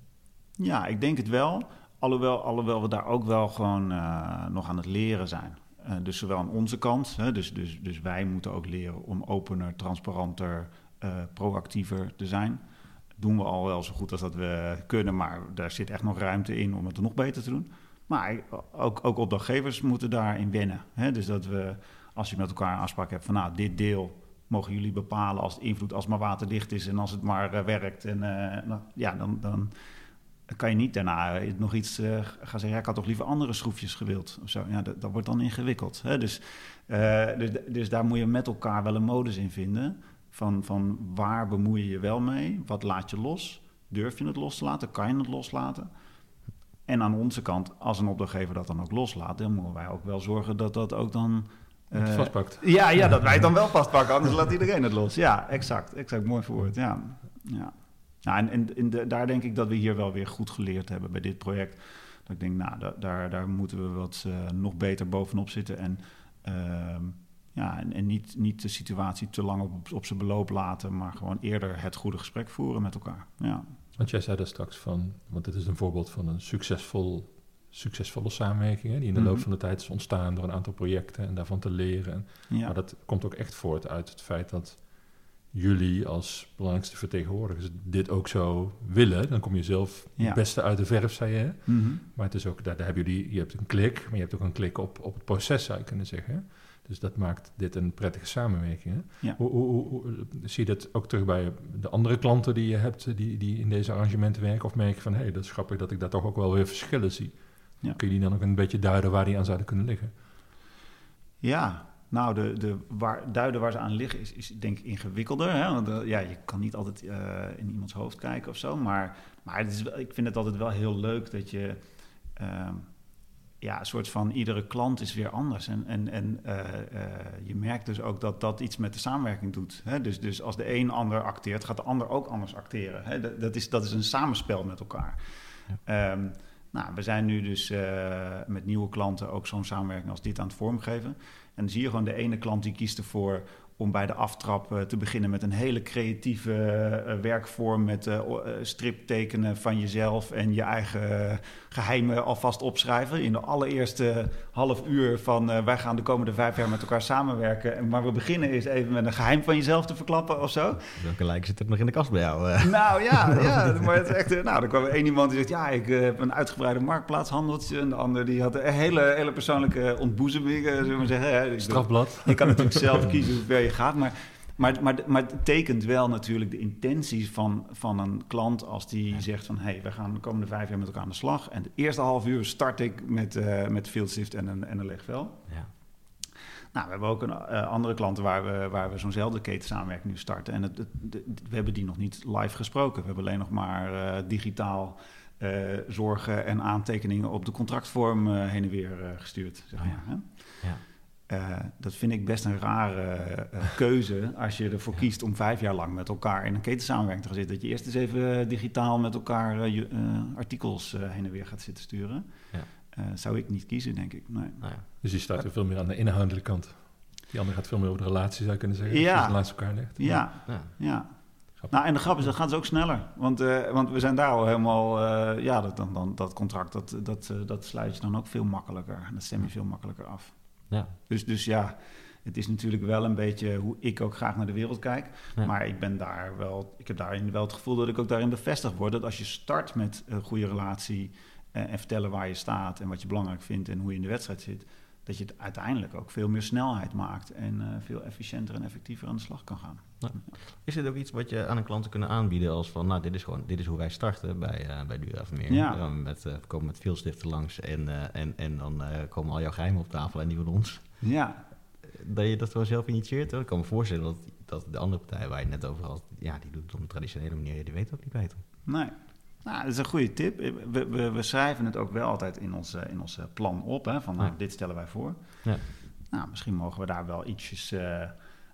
ja, ik denk het wel. Alhoewel, alhoewel we daar ook wel gewoon uh, nog aan het leren zijn. Uh, dus zowel aan onze kant, hè, dus, dus, dus wij moeten ook leren om opener, transparanter, uh, proactiever te zijn. Dat doen we al wel zo goed als dat we kunnen, maar daar zit echt nog ruimte in om het nog beter te doen. Maar ook, ook opdrachtgevers moeten daarin wennen. Hè? Dus dat we, als je met elkaar een afspraak hebt van nou, dit deel mogen jullie bepalen als het invloed, als het maar waterdicht is en als het maar uh, werkt. En uh, nou, ja, dan, dan kan je niet daarna nog iets uh, gaan zeggen, ja, ik had toch liever andere schroefjes gewild of zo. Ja, dat, dat wordt dan ingewikkeld. Hè? Dus, uh, dus, dus daar moet je met elkaar wel een modus in vinden. Van, van waar bemoei je je wel mee? Wat laat je los? Durf je het los te laten? Kan je het loslaten? En aan onze kant, als een opdrachtgever dat dan ook loslaat, dan moeten wij ook wel zorgen dat dat ook dan Uh, het vastpakt. Ja, ja, dat wij het dan wel vastpakken, anders laat iedereen het los. Ja, exact. Exact, mooi verwoord. Ja, ja. Nou, en en, en de, daar denk ik dat we hier wel weer goed geleerd hebben bij dit project. Dat ik denk, nou, da, daar, daar moeten we wat uh, nog beter bovenop zitten. En, uh, ja, en, en niet, niet de situatie te lang op, op zijn beloop laten, maar gewoon eerder het goede gesprek voeren met elkaar. Ja. Want jij zei daar straks van, want dit is een voorbeeld van een succesvol... succesvolle samenwerkingen die in de mm-hmm. loop van de tijd is ontstaan door een aantal projecten en daarvan te leren. Ja. Maar dat komt ook echt voort uit het feit dat jullie als belangrijkste vertegenwoordigers dit ook zo willen. Dan kom je zelf ja. het beste uit de verf, zei je. Mm-hmm. Maar het is ook, daar, daar hebben jullie, je hebt een klik, maar je hebt ook een klik op, op het proces, zou je kunnen zeggen. Dus dat maakt dit een prettige samenwerking. Hè? Ja. Hoe, hoe, hoe, hoe, zie je dat ook terug bij de andere klanten die je hebt, die, die in deze arrangementen werken? Of merk je van, hé, hey, dat is grappig dat ik daar toch ook wel weer verschillen zie? Ja. Kun je die dan ook een beetje duiden waar die aan zouden kunnen liggen? Ja, nou, de, de waar, duiden waar ze aan liggen is, is denk ik ingewikkelder. Hè? Want uh, ja, je kan niet altijd uh, in iemands hoofd kijken of zo. Maar, maar het is, ik vind het altijd wel heel leuk dat je... Uh, ja, een soort van iedere klant is weer anders. En, en, en uh, uh, je merkt dus ook dat dat iets met de samenwerking doet. Hè? Dus, dus als de een ander acteert, gaat de ander ook anders acteren. Hè? Dat, dat, is, dat is een samenspel met elkaar. Ja. Um, nou, we zijn nu dus uh, met nieuwe klanten ook zo'n samenwerking als dit aan het vormgeven. En dan zie je gewoon de ene klant die kiest ervoor om bij de aftrap uh, te beginnen met een hele creatieve uh, werkvorm met uh, striptekenen van jezelf en je eigen uh, geheimen alvast opschrijven. In de allereerste half uur van uh, wij gaan de komende vijf jaar met elkaar samenwerken. Maar we beginnen eens even met een geheim van jezelf te verklappen of zo. Welke lijk zit er nog in de kast bij jou? Uh? Nou ja, ja, maar het is echt... Nou, er kwam één iemand die zegt, ja, ik uh, heb een uitgebreide marktplaatshandeltje. En de ander die had een hele, hele persoonlijke ontboezeming, uh, zullen we maar zeggen. Hè. Strafblad. Je kan natuurlijk zelf kiezen hoe ver je gaat, maar... Maar, maar, maar het tekent wel natuurlijk de intenties van, van een klant als die ja. zegt van... hé, hey, we gaan de komende vijf jaar met elkaar aan de slag. En het eerste half uur start ik met, uh, met Filstift en een, en een legvel. Ja. Nou, we hebben ook een, uh, andere klanten waar we, waar we zo'nzelfde ketensamenwerking nu starten. En het, het, het, we hebben die nog niet live gesproken. We hebben alleen nog maar uh, digitaal uh, zorgen en aantekeningen op de contractvorm uh, heen en weer uh, gestuurd. Zeg maar, ja. Hè? Ja. Uh, dat vind ik best een rare uh, keuze als je ervoor kiest om vijf jaar lang met elkaar in een ketensamenwerking te gaan zitten. Dat je eerst eens even uh, digitaal met elkaar uh, uh, artikels uh, heen en weer gaat zitten sturen. Ja. Uh, zou ik niet kiezen, denk ik. Nee. Nou ja. Dus je staat er veel meer aan de inhoudelijke kant. Die andere gaat veel meer over de relatie, zou je kunnen zeggen. Ja. Als je het naast elkaar legt. Ja, ja. ja. Nou, en de grap is, dat gaat dus ook sneller. Want, uh, want we zijn daar al helemaal... Uh, ja, dat, dan, dan, dat contract, dat, dat, uh, dat sluit je dan ook veel makkelijker. Dat stem je veel makkelijker af. Ja. Dus, dus ja, het is natuurlijk wel een beetje hoe ik ook graag naar de wereld kijk. Ja. Maar ik ben daar wel, ik heb daarin wel het gevoel dat ik ook daarin bevestigd word. Dat als je start met een goede relatie en, en vertellen waar je staat en wat je belangrijk vindt en hoe je in de wedstrijd zit, dat je het uiteindelijk ook veel meer snelheid maakt en uh, veel efficiënter en effectiever aan de slag kan gaan. Ja. Is dit ook iets wat je aan een klant kunnen aanbieden als van, nou, dit is gewoon, dit is hoe wij starten bij, uh, bij Duravermeer. Ja. Uh, met, uh, we komen met veel stiften langs en, uh, en, en dan uh, komen al jouw geheimen op tafel en die van ons. Ja. Dat je dat gewoon zelf initieert. Hoor. Ik kan me voorstellen dat, dat de andere partij waar je het net over had, ja, die doet het op een traditionele manier, die weet ook niet beter. Nee. Nou, dat is een goede tip. We, we, we schrijven het ook wel altijd in ons, in ons plan op, hè, van nou, ja. dit stellen wij voor. Ja. Nou, misschien mogen we daar wel ietsjes, uh, uh,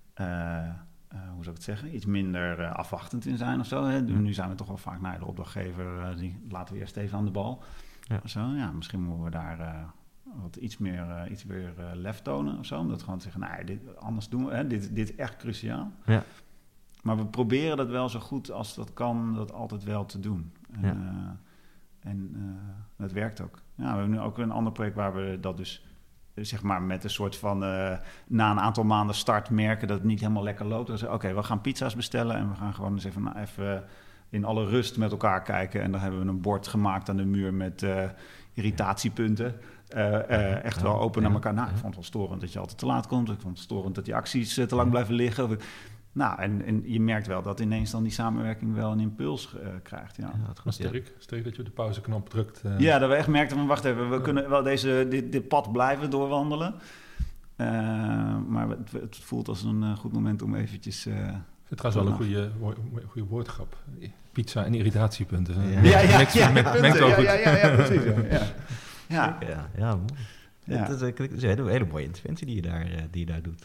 uh, hoe zou ik het zeggen, iets minder uh, afwachtend in zijn of zo. Hè. Ja. Nu zijn we toch wel vaak naar de opdrachtgever, uh, die laten we eerst even aan de bal. Ja. Zo, ja, misschien moeten we daar uh, wat iets meer, uh, iets meer uh, lef tonen of zo. Om dat gewoon te zeggen, nee, dit, anders doen we, hè, dit, dit is echt cruciaal. Ja. Maar we proberen dat wel zo goed als dat kan, dat altijd wel te doen. En, ja. uh, en uh, dat werkt ook. Ja, we hebben nu ook een ander project waar we dat dus, zeg maar, met een soort van, uh, na een aantal maanden start merken dat het niet helemaal lekker loopt. Dan zeggen we, oké, we gaan pizza's bestellen en we gaan gewoon eens even, nou, even in alle rust met elkaar kijken. En dan hebben we een bord gemaakt aan de muur met uh, irritatiepunten. Uh, uh, echt wel open ja. naar elkaar. Nou, ik vond het wel storend dat je altijd te laat komt. Ik vond het storend dat die acties uh, te lang blijven liggen. Nou, en, en je merkt wel dat ineens dan die samenwerking wel een impuls uh, krijgt. Ja. Ja, dat sterk. Sterk dat je op de pauzeknop drukt. Uh. Ja, dat we echt merkten van, wacht even, we ja. kunnen wel deze, dit, dit pad blijven doorwandelen. Uh, maar het, het voelt als een uh, goed moment om eventjes... Uh, het is trouwens wel een goede, goede woordgrap. Pizza en irritatiepunten. Ja, ja, ja. Mengt, ja, mengt, mengt wel ja, goed. ja, ja, ja, precies. Ja, ja. Ja. ja, ja, mooi. Ja. Het, is, het is een hele, hele mooie interventie die je daar, die je daar doet.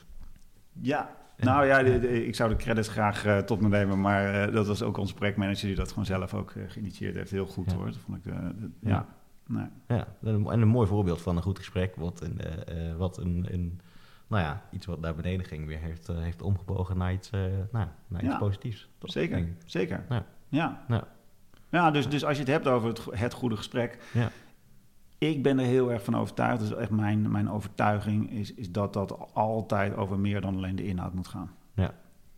Ja, nou ja, de, de, ik zou de credits graag uh, tot me nemen, maar uh, dat was ook onze projectmanager die dat gewoon zelf ook uh, geïnitieerd heeft. Heel goed ja. hoor. Dat vond ik, uh, de, ja. Ja. Nee. ja, en een mooi voorbeeld van een goed gesprek, wat een, uh, wat een, een nou ja, iets wat naar beneden ging weer heeft, uh, heeft omgebogen naar iets, uh, nou, naar iets ja. positiefs. Toch? Zeker, zeker. Ja, ja. ja. ja dus, dus als je het hebt over het, het goede gesprek... Ja. Ik ben er heel erg van overtuigd, dat is echt mijn, mijn overtuiging, is, is dat dat altijd over meer dan alleen de inhoud moet gaan. Ja.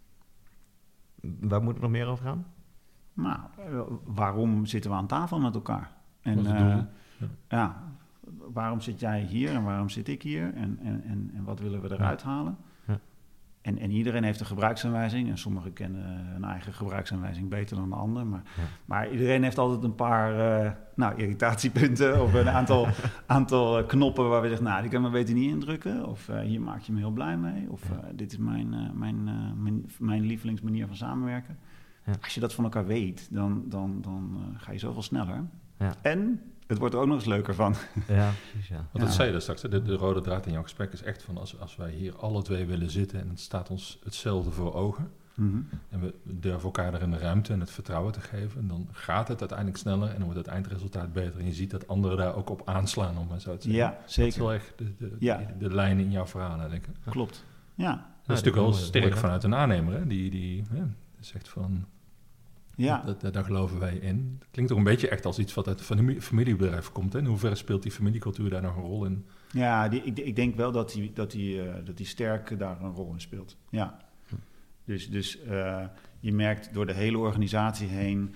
Waar moet het nog meer over gaan? Nou, waarom zitten we aan tafel met elkaar? En uh, ja. ja, waarom zit jij hier en waarom zit ik hier? En, en, en, en wat willen we eruit ja. halen? Ja. En, en iedereen heeft een gebruiksaanwijzing. En sommigen kennen hun eigen gebruiksaanwijzing beter dan de ander. Maar, ja. maar iedereen heeft altijd een paar uh, nou, irritatiepunten of een aantal, aantal knoppen waar we zeggen, nou, die kan we beter niet indrukken. Of uh, hier maak je me heel blij mee. Of uh, dit is mijn, uh, mijn, uh, mijn, mijn lievelingsmanier van samenwerken. Ja. Als je dat van elkaar weet, dan, dan, dan uh, ga je zoveel sneller. Ja. En het wordt er ook nog eens leuker van. Ja, precies, ja. Want dat ja. zei je straks, de, de rode draad in jouw gesprek is echt van als, als wij hier alle twee willen zitten en het staat ons hetzelfde voor ogen mm-hmm. en we durven elkaar erin de ruimte en het vertrouwen te geven, dan gaat het uiteindelijk sneller en dan wordt het eindresultaat beter. En je ziet dat anderen daar ook op aanslaan, om maar zo te zeggen. Ja, zeker. Dat is wel echt de, de, ja. de, de lijn in jouw verhaal, denk ik. Klopt, ja. Dat is ja, natuurlijk wel sterk vanuit een aannemer, hè? Die, die hè, zegt van... Ja. Dat, dat, daar geloven wij in. Het klinkt ook een beetje echt als iets wat uit een familiebedrijf komt. Hè? In hoeverre speelt die familiecultuur daar nog een rol in? Ja, die, ik, ik denk wel dat die, dat, die, uh, dat die sterk daar een rol in speelt. Ja. Hm. Dus, dus uh, je merkt door de hele organisatie heen...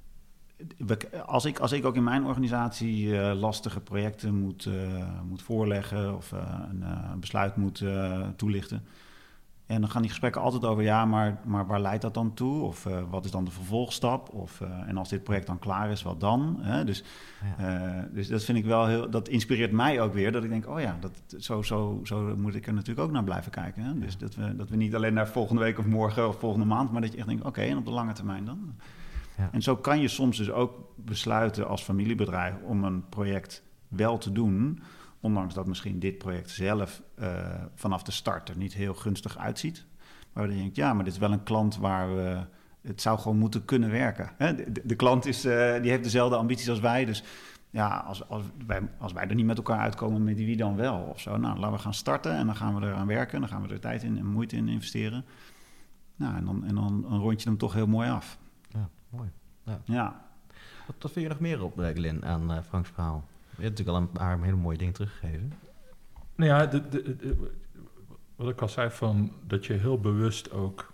Als ik, als ik ook in mijn organisatie uh, lastige projecten moet, uh, moet voorleggen... of uh, een, uh, een besluit moet uh, toelichten... En dan gaan die gesprekken altijd over, ja, maar, maar waar leidt dat dan toe? Of uh, wat is dan de vervolgstap? Of, uh, en als dit project dan klaar is, wat dan? Hè? Dus, ja. uh, dus dat vind ik wel heel, dat inspireert mij ook weer. Dat ik denk, oh ja, dat, zo, zo, zo moet ik er natuurlijk ook naar blijven kijken. Hè? Dus ja. dat, we, dat we niet alleen naar volgende week of morgen of volgende maand, maar dat je echt denkt, oké, okay, en op de lange termijn dan? Ja. En zo kan je soms dus ook besluiten als familiebedrijf om een project wel te doen... Ondanks dat misschien dit project zelf uh, vanaf de start er niet heel gunstig uitziet. Maar dan denk ik, ja, maar dit is wel een klant waar we... Het zou gewoon moeten kunnen werken. Hè? De, de, de klant is, uh, die heeft dezelfde ambities als wij. Dus ja, als, als, wij, als wij er niet met elkaar uitkomen, met wie dan wel? Of zo. Nou, laten we gaan starten en dan gaan we eraan werken. Dan gaan we er tijd in en moeite in investeren. Nou, en dan, en dan een rond je hem toch heel mooi af. Ja, mooi. Ja. ja. Wat, wat vind je nog meer op, Glenn, aan uh, Franks verhaal? Je hebt natuurlijk al een paar hele mooie dingen teruggegeven. Nou ja, de, de, de, wat ik al zei, van dat je heel bewust ook...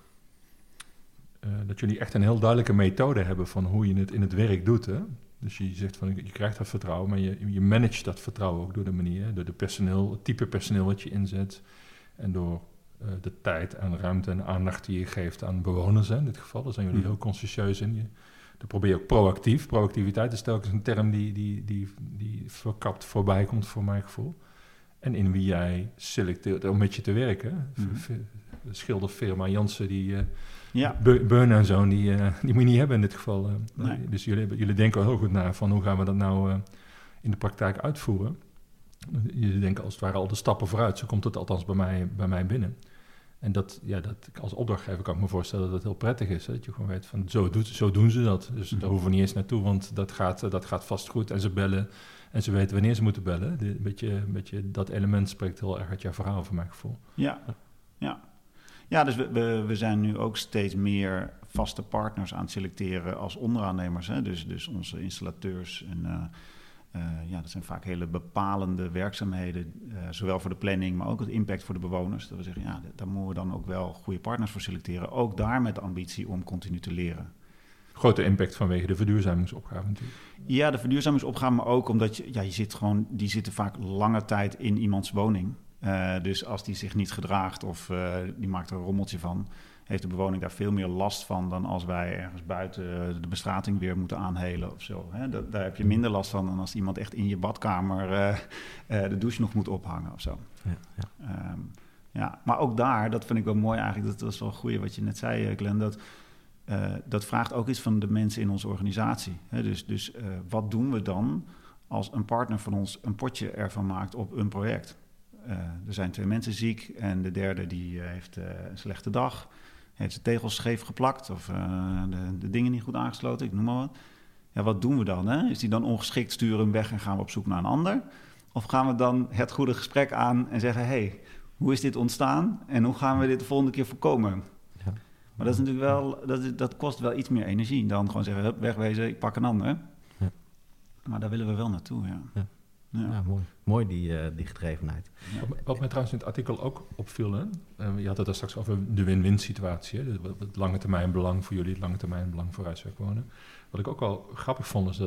Uh, dat jullie echt een heel duidelijke methode hebben van hoe je het in het werk doet. Hè? Dus je zegt van, je krijgt dat vertrouwen, maar je, je managt dat vertrouwen ook door de manier, door de personeel, het type personeel wat je inzet en door uh, de tijd en ruimte en aandacht die je geeft aan bewoners. Hè? In dit geval, daar zijn jullie heel consciëntieus in. Je, Dan probeer je ook proactief. Proactiviteit is telkens een term die, die, die, die verkapt voorbij komt voor mijn gevoel. En in wie jij selecteert om met je te werken. Mm-hmm. Schilderfirma Jansen, die uh, ja. Beun en Zoon, die, uh, die moet je niet hebben in dit geval. Uh, nee. Dus jullie, jullie denken heel goed na van hoe gaan we dat nou uh, in de praktijk uitvoeren. Jullie denken als het ware al de stappen vooruit. Zo komt het althans bij mij, bij mij binnen. En dat, ja, dat als opdrachtgever kan ik me voorstellen dat het heel prettig is. Hè? Dat je gewoon weet van zo, doet, zo doen ze dat. Dus mm-hmm. daar hoeven we niet eens naartoe, want dat gaat, dat gaat vast goed. En ze bellen en ze weten wanneer ze moeten bellen. De, een beetje, een beetje, dat element spreekt heel erg uit jouw verhaal, voor mijn gevoel. Ja, ja. ja dus we, we, we zijn nu ook steeds meer vaste partners aan het selecteren als onderaannemers. Hè? Dus, dus onze installateurs en... Uh, Uh, ja, dat zijn vaak hele bepalende werkzaamheden, uh, zowel voor de planning, maar ook het impact voor de bewoners. Dat we zeggen, ja, daar moeten we dan ook wel goede partners voor selecteren. Ook daar met de ambitie om continu te leren. Grote impact vanwege de verduurzamingsopgave natuurlijk. Ja, de verduurzamingsopgave, maar ook omdat je, ja, je zit gewoon, die zitten vaak lange tijd in iemands woning. Uh, dus als die zich niet gedraagt of uh, die maakt er een rommeltje van, heeft de bewoning daar veel meer last van dan als wij ergens buiten de bestrating weer moeten aanhelen of zo. Hè? Da- daar heb je minder last van dan als iemand echt in je badkamer uh, uh, de douche nog moet ophangen of zo. Ja, ja. Um, ja, maar ook daar, dat vind ik wel mooi eigenlijk, dat was wel goed wat je net zei, Glenn, dat, uh, dat vraagt ook iets van de mensen in onze organisatie. Hè? Dus, dus uh, wat doen we dan als een partner van ons een potje ervan maakt op een project? Uh, er zijn twee mensen ziek en de derde die uh, heeft uh, een slechte dag. Heeft de tegels scheef geplakt of uh, de, de dingen niet goed aangesloten, ik noem maar wat. Ja, wat doen we dan? Hè? Is die dan ongeschikt, sturen hem weg en gaan we op zoek naar een ander? Of gaan we dan het goede gesprek aan en zeggen... hey, hoe is dit ontstaan en hoe gaan we dit de volgende keer voorkomen? Ja. Maar dat is natuurlijk wel, dat, is, dat kost wel iets meer energie dan gewoon zeggen... hup, wegwezen, ik pak een ander. Ja. Maar daar willen we wel naartoe, ja. ja. Ja. Ja, mooi. Mooi die, uh, die gedrevenheid. Ja. Wat, wat mij trouwens in het artikel ook opviel, hè? Uh, je had het daar straks over de win-win situatie. Hè? Het lange termijn belang voor jullie, het lange termijn belang voor huiswerk wonen. Wat ik ook wel grappig vond is dat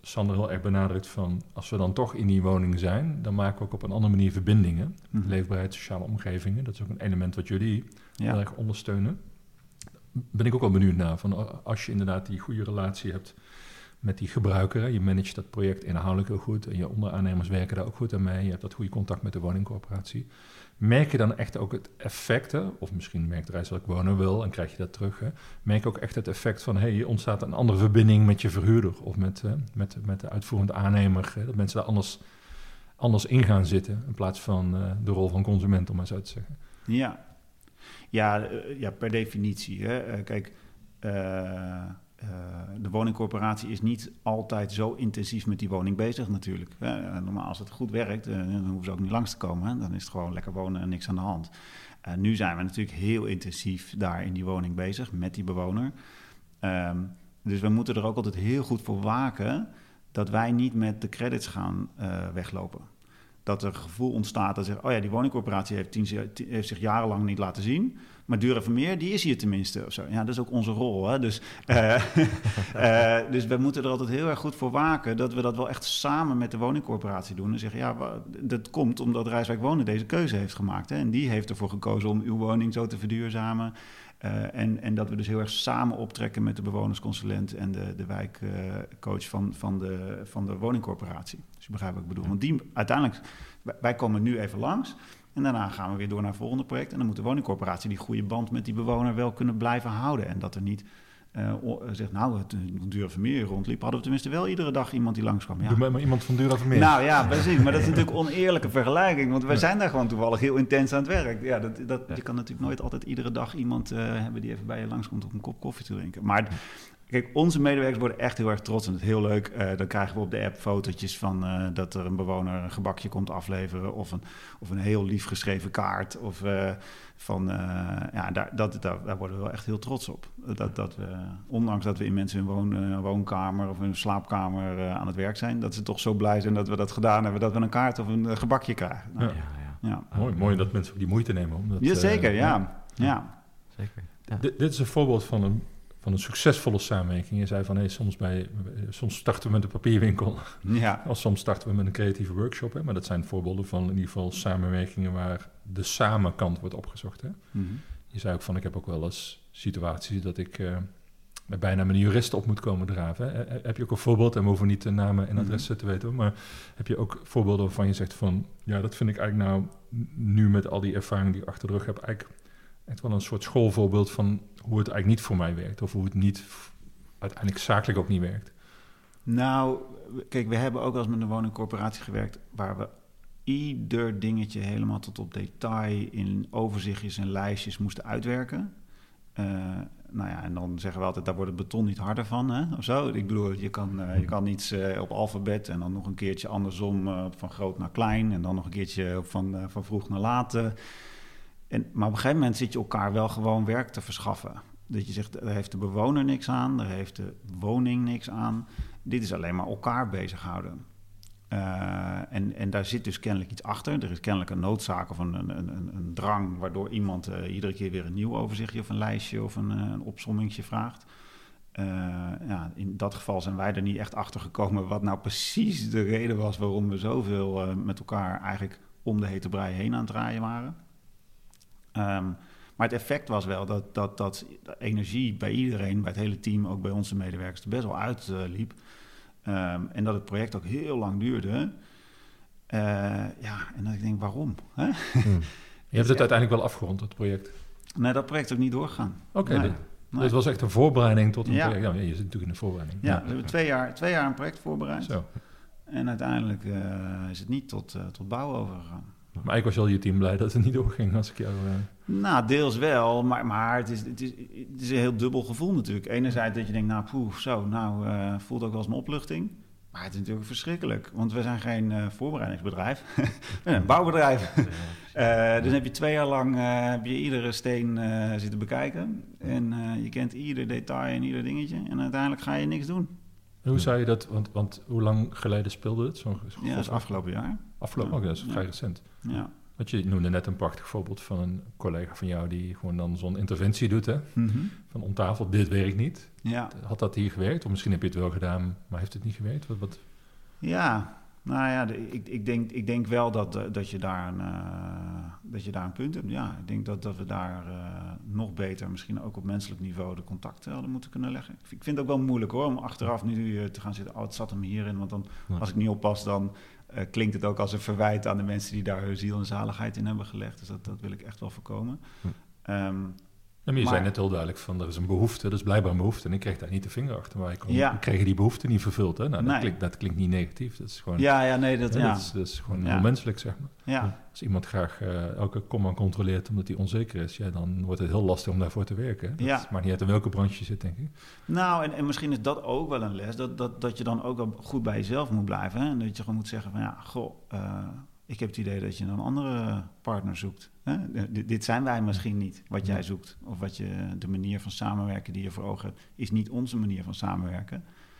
Sander heel erg benadrukt van, als we dan toch in die woning zijn, dan maken we ook op een andere manier verbindingen. Mm-hmm. Leefbaarheid, sociale omgevingen, dat is ook een element wat jullie Ja. heel erg ondersteunen. Ben ik ook wel benieuwd naar, van als je inderdaad die goede relatie hebt met die gebruiker, hè, je managt dat project inhoudelijk heel goed en je onderaannemers werken daar ook goed aan mee, je hebt dat goede contact met de woningcorporatie. Merk je dan echt ook het effect, hè, of misschien merkt de Rijkswijk Wonen wel en krijg je dat terug, hè, merk je ook echt het effect van, hey, er ontstaat een andere verbinding met je verhuurder of met, uh, met, met de uitvoerende aannemer, hè, dat mensen daar anders, anders in gaan zitten in plaats van uh, de rol van consument, om maar zo te zeggen. Ja, ja, uh, ja per definitie. Hè. Uh, kijk, uh, uh, de woningcorporatie is niet altijd zo intensief met die woning bezig natuurlijk. Uh, normaal als het goed werkt, uh, dan hoeven ze ook niet langs te komen. Hè. Dan is het gewoon lekker wonen en niks aan de hand. Uh, nu zijn we natuurlijk heel intensief daar in die woning bezig met die bewoner. Um, dus we moeten er ook altijd heel goed voor waken dat wij niet met de credits gaan uh, weglopen. Dat er een gevoel ontstaat dat zegt, oh ja, die woningcorporatie heeft, tien, heeft zich jarenlang niet laten zien, maar Dura Vermeer, die is hier tenminste. Of zo. Ja, dat is ook onze rol. Hè? Dus, uh, uh, dus we moeten er altijd heel erg goed voor waken dat we dat wel echt samen met de woningcorporatie doen. En zeggen, ja, dat komt omdat Rijkswijk Wonen deze keuze heeft gemaakt. Hè? En die heeft ervoor gekozen om uw woning zo te verduurzamen. Uh, en, en dat we dus heel erg samen optrekken met de bewonersconsulent en de, de wijkcoach uh, van, van, de, van de woningcorporatie. Dus je begrijpt wat ik bedoel. Want die uiteindelijk, wij komen nu even langs en daarna gaan we weer door naar het volgende project. En dan moet de woningcorporatie die goede band met die bewoner wel kunnen blijven houden. En dat er niet uh, zegt, nou, toen Dura Vermeer rondliep, hadden we tenminste wel iedere dag iemand die langskwam. Ja. Doe mij maar iemand van Dura Vermeer. Nou ja, precies. Maar dat is natuurlijk een oneerlijke vergelijking. Want wij ja. zijn daar gewoon toevallig heel intens aan het werk. Ja, dat, dat, ja. Je kan natuurlijk nooit altijd iedere dag iemand uh, hebben die even bij je langskomt om een kop koffie te drinken. Maar kijk, onze medewerkers worden echt heel erg trots en dat is heel leuk. Uh, dan krijgen we op de app fotootjes van uh, dat er een bewoner een gebakje komt afleveren of een, of een heel lief geschreven kaart. Of uh, van, uh, ja, daar, dat, daar, daar worden we wel echt heel trots op. Dat, dat we, ondanks dat we in mensen hun woon, uh, woonkamer of hun slaapkamer uh, aan het werk zijn, dat ze toch zo blij zijn dat we dat gedaan hebben, dat we een kaart of een uh, gebakje krijgen. Nou, ja. Ja, ja. Ja. Mooi, mooi dat mensen ook die moeite nemen. Om dat, ja, zeker, uh, ja. ja. ja. Zeker. Ja. D- dit is een voorbeeld van een van een succesvolle samenwerking. Je zei van, hey, soms, bij, soms starten we met een papierwinkel. Ja. Of soms starten we met een creatieve workshop. Hè? Maar dat zijn voorbeelden van in ieder geval samenwerkingen waar de samenkant wordt opgezocht. Hè? Mm-hmm. Je zei ook van, ik heb ook wel eens situaties dat ik uh, bijna mijn jurist op moet komen draven. Hè? Heb je ook een voorbeeld, en we hoeven niet de namen en adressen mm-hmm. te weten, maar heb je ook voorbeelden waarvan je zegt van, ja, dat vind ik eigenlijk nou, nu met al die ervaring die ik achter de rug heb, eigenlijk echt wel een soort schoolvoorbeeld van hoe het eigenlijk niet voor mij werkt. Of hoe het niet uiteindelijk zakelijk ook niet werkt. Nou, kijk, we hebben ook wel eens met een woningcorporatie gewerkt waar we ieder dingetje helemaal tot op detail in overzichtjes en lijstjes moesten uitwerken. Uh, nou ja, en dan zeggen we altijd, daar wordt het beton niet harder van, hè, of zo. Ik bedoel, je kan, uh, je kan iets uh, op alfabet en dan nog een keertje andersom uh, van groot naar klein en dan nog een keertje van, uh, van vroeg naar laat. Uh, En, maar op een gegeven moment zit je elkaar wel gewoon werk te verschaffen. Dat je zegt, daar heeft de bewoner niks aan, daar heeft de woning niks aan. Dit is alleen maar elkaar bezighouden. Uh, en, en daar zit dus kennelijk iets achter. Er is kennelijk een noodzaak of een, een, een, een drang waardoor iemand uh, iedere keer weer een nieuw overzichtje of een lijstje of een, een opsommingje vraagt. Uh, ja, in dat geval zijn wij er niet echt achter gekomen wat nou precies de reden was waarom we zoveel uh, met elkaar eigenlijk om de hete brei heen aan het draaien waren. Um, maar het effect was wel dat, dat, dat de energie bij iedereen, bij het hele team, ook bij onze medewerkers, er best wel uitliep. Uh, um, en dat het project ook heel lang duurde. Uh, ja, en dat ik denk, waarom? Hè? Hmm. Je hebt het uiteindelijk wel afgerond, het project? Nee, dat project is ook niet doorgegaan. Oké, okay, nee, dit, nee. dit was echt een voorbereiding tot een ja. project. Ja, je zit natuurlijk in de voorbereiding. Ja, ja. we hebben twee jaar, twee jaar een project voorbereid. Zo. En uiteindelijk uh, is het niet tot, uh, tot bouw overgegaan. Maar eigenlijk was al je team blij dat het niet doorging als ik jou... Uh... Nou, deels wel, maar, maar het, is, het, is, het is een heel dubbel gevoel natuurlijk. Enerzijds dat je denkt, nou, poeh, zo, nou, uh, voelt ook wel als een opluchting. Maar het is natuurlijk verschrikkelijk, want we zijn geen uh, voorbereidingsbedrijf. We zijn een bouwbedrijf. uh, dus heb je twee jaar lang uh, heb je iedere steen uh, zitten bekijken. En uh, je kent ieder detail en ieder dingetje. En uiteindelijk ga je niks doen. En hoe zou je dat, want, want hoe lang geleden speelde het? Zo, ja, dat is afgelopen jaar. Afgelopen, ja. Ook, dat is vrij ja. recent. Ja. Want je noemde net een prachtig voorbeeld van een collega van jou die gewoon dan zo'n interventie doet, hè? Mm-hmm. Van om tafel, dit werkt niet. Ja. Had dat hier gewerkt? Of misschien heb je het wel gedaan, maar heeft het niet gewerkt? Wat, wat... Ja, nou ja, de, ik, ik, denk, ik denk wel dat, dat, je daar een, uh, dat je daar een punt hebt. Ja, ik denk dat, dat we daar uh, nog beter, misschien ook op menselijk niveau, de contacten hadden moeten kunnen leggen. Ik vind het ook wel moeilijk hoor, om achteraf nu uh, te gaan zitten, oh, het zat hem hierin. Want dan, ja. als ik niet oppas, dan uh, klinkt het ook als een verwijt aan de mensen die daar hun ziel en zaligheid in hebben gelegd. Dus dat, dat wil ik echt wel voorkomen. Ja. Um, Ja, maar je maar, zei net heel duidelijk van, er is een behoefte, er is blijkbaar een behoefte. En ik kreeg daar niet de vinger achter, maar ik kon, ja. kreeg die behoefte niet vervuld. Hè? Nou, dat, nee. klinkt, dat klinkt niet negatief, dat is gewoon... Ja, ja, nee, dat, ja, ja. dat, is, dat is gewoon ja. heel menselijk, zeg maar. Ja. Als iemand graag uh, elke komma controleert omdat hij onzeker is, ja, dan wordt het heel lastig om daarvoor te werken. Hè? Dat ja. maakt niet uit in welke branche je zit, denk ik. Nou, en, en misschien is dat ook wel een les, dat, dat, dat je dan ook wel goed bij jezelf moet blijven. Hè? En dat je gewoon moet zeggen van, ja, goh... Uh, ik heb het idee dat je een andere partner zoekt. Hè? D- dit zijn wij misschien niet, wat jij zoekt. Of wat je, de manier van samenwerken die je voor ogen hebt, is niet onze manier van samenwerken.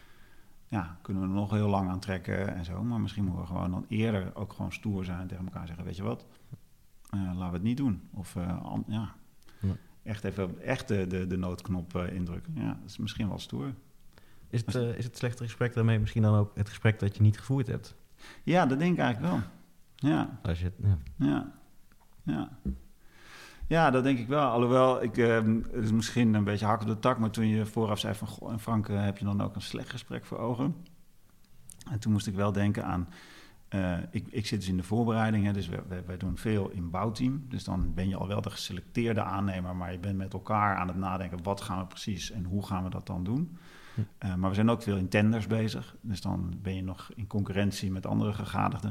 Ja, kunnen we er nog heel lang aan trekken en zo. Maar misschien moeten we gewoon dan eerder ook gewoon stoer zijn en tegen elkaar zeggen, weet je wat, uh, laten we het niet doen. Of uh, an, ja, ja, echt even echt de, de, de noodknop uh, indrukken. Ja, dat is misschien wel stoer. Is het, uh, is het slechte gesprek daarmee misschien dan ook het gesprek dat je niet gevoerd hebt? Ja, dat denk ik eigenlijk wel. Ja. Als je, ja. Ja. Ja. Ja, dat denk ik wel. Alhoewel, ik, uh, het is misschien een beetje hak op de tak, maar toen je vooraf zei van, goh, en Frank, uh, heb je dan ook een slecht gesprek voor ogen? En toen moest ik wel denken aan, uh, ik, ik zit dus in de voorbereiding, hè, dus wij, wij doen veel in bouwteam. Dus dan ben je al wel de geselecteerde aannemer, maar je bent met elkaar aan het nadenken, wat gaan we precies en hoe gaan we dat dan doen? Uh, maar we zijn ook veel in tenders bezig, dus dan ben je nog in concurrentie met andere gegadigden.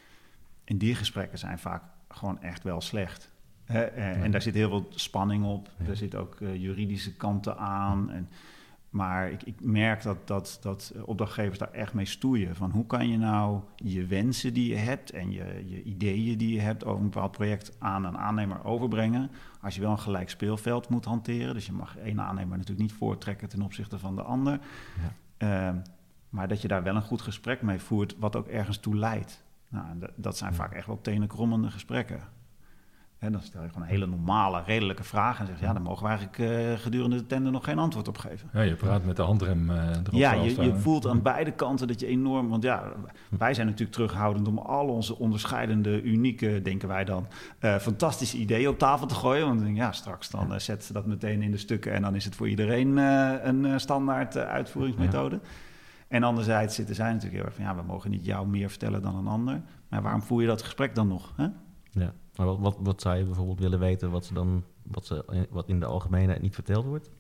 En die gesprekken zijn vaak gewoon echt wel slecht. Hè? En, ja. en daar zit heel veel spanning op. Ja. Er zitten ook uh, juridische kanten aan. En, maar ik, ik merk dat, dat, dat opdrachtgevers daar echt mee stoeien. Van hoe kan je nou je wensen die je hebt en je, je ideeën die je hebt over een bepaald project aan een aannemer overbrengen. Als je wel een gelijk speelveld moet hanteren. Dus je mag één aannemer natuurlijk niet voortrekken ten opzichte van de ander. Ja. Uh, maar dat je daar wel een goed gesprek mee voert, wat ook ergens toe leidt. Nou, dat, dat zijn vaak echt wel tenenkrommende gesprekken. En dan stel je gewoon een hele normale, redelijke vraag en zeg je, ja, dan mogen we eigenlijk uh, gedurende de tender nog geen antwoord op geven. Ja, je praat met de handrem uh, erop. Ja, je, je voelt aan beide kanten dat je enorm, want ja, wij zijn natuurlijk terughoudend om al onze onderscheidende, unieke, denken wij dan, uh, fantastische ideeën op tafel te gooien. Want ja, straks dan uh, zetten ze dat meteen in de stukken en dan is het voor iedereen uh, een uh, standaard uh, uitvoeringsmethode. Ja. En anderzijds zitten zij natuurlijk heel erg van, ja, we mogen niet jou meer vertellen dan een ander. Maar waarom voer je dat gesprek dan nog? Hè? Ja, maar wat, wat, wat zou je bijvoorbeeld willen weten wat, ze dan, wat, ze, wat in de algemeenheid niet verteld wordt?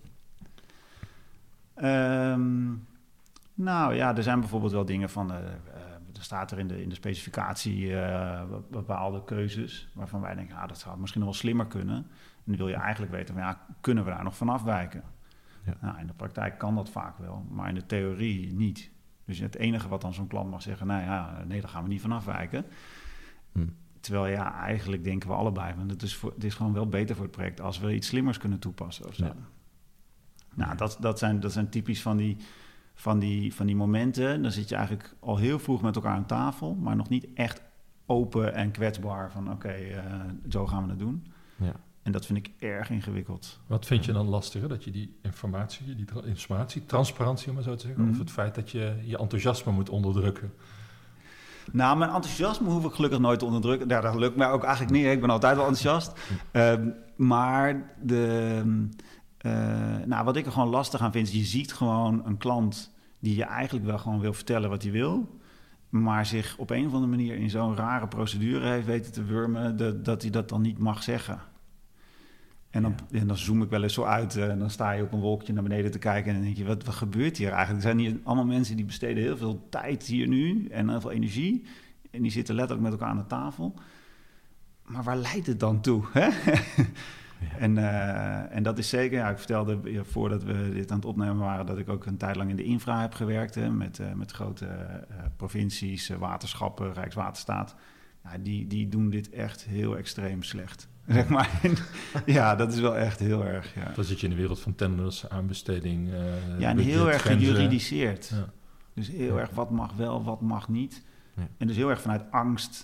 Um, nou ja, er zijn bijvoorbeeld wel dingen van, uh, uh, er staat er in de, in de specificatie uh, bepaalde keuzes, waarvan wij denken, ah, dat zou misschien nog wel slimmer kunnen. En dan wil je eigenlijk weten, van, ja, kunnen we daar nog van afwijken? Ja. Nou, in de praktijk kan dat vaak wel, maar in de theorie niet. Dus het enige wat dan zo'n klant mag zeggen, nou ja, nee, daar gaan we niet van afwijken. Hm. Terwijl ja, eigenlijk denken we allebei, want het is, voor, het is gewoon wel beter voor het project als we iets slimmers kunnen toepassen of zo. Ja. Nou, dat, dat, zijn, dat zijn typisch van die, van, die, van die momenten. Dan zit je eigenlijk al heel vroeg met elkaar aan tafel, maar nog niet echt open en kwetsbaar van oké, okay, uh, zo gaan we het doen. Ja. En dat vind ik erg ingewikkeld. Wat vind je dan lastiger? Dat je die informatie, die tra- informatie, transparantie om maar zo te zeggen, mm. of het feit dat je je enthousiasme moet onderdrukken? Nou, mijn enthousiasme hoef ik gelukkig nooit te onderdrukken. Ja, dat lukt mij ook eigenlijk niet. Ik ben altijd wel enthousiast. um, maar de, uh, nou, wat ik er gewoon lastig aan vind, is je ziet gewoon een klant die je eigenlijk wel gewoon wil vertellen wat hij wil, maar zich op een of andere manier in zo'n rare procedure heeft weten te wurmen, de, dat hij dat dan niet mag zeggen. En dan, ja. en dan zoom ik wel eens zo uit uh, en dan sta je op een wolkje naar beneden te kijken en dan denk je, wat, wat gebeurt hier eigenlijk? Er zijn hier allemaal mensen die besteden heel veel tijd hier nu en heel veel energie en die zitten letterlijk met elkaar aan de tafel. Maar waar leidt het dan toe? Hè? Ja. en, uh, en dat is zeker, ja, ik vertelde ja, voordat we dit aan het opnemen waren, dat ik ook een tijd lang in de infra heb gewerkt, hè, met, uh, met grote uh, provincies, uh, waterschappen, Rijkswaterstaat. Ja, die, die doen dit echt heel extreem slecht. Zeg maar. Ja, dat is wel echt heel erg. Ja. Dan zit je in de wereld van tenders, aanbesteding. Uh, ja, en heel erg gejuridiseerd. Ja. Dus heel ja. erg wat mag wel, wat mag niet. Ja. En dus heel erg vanuit angst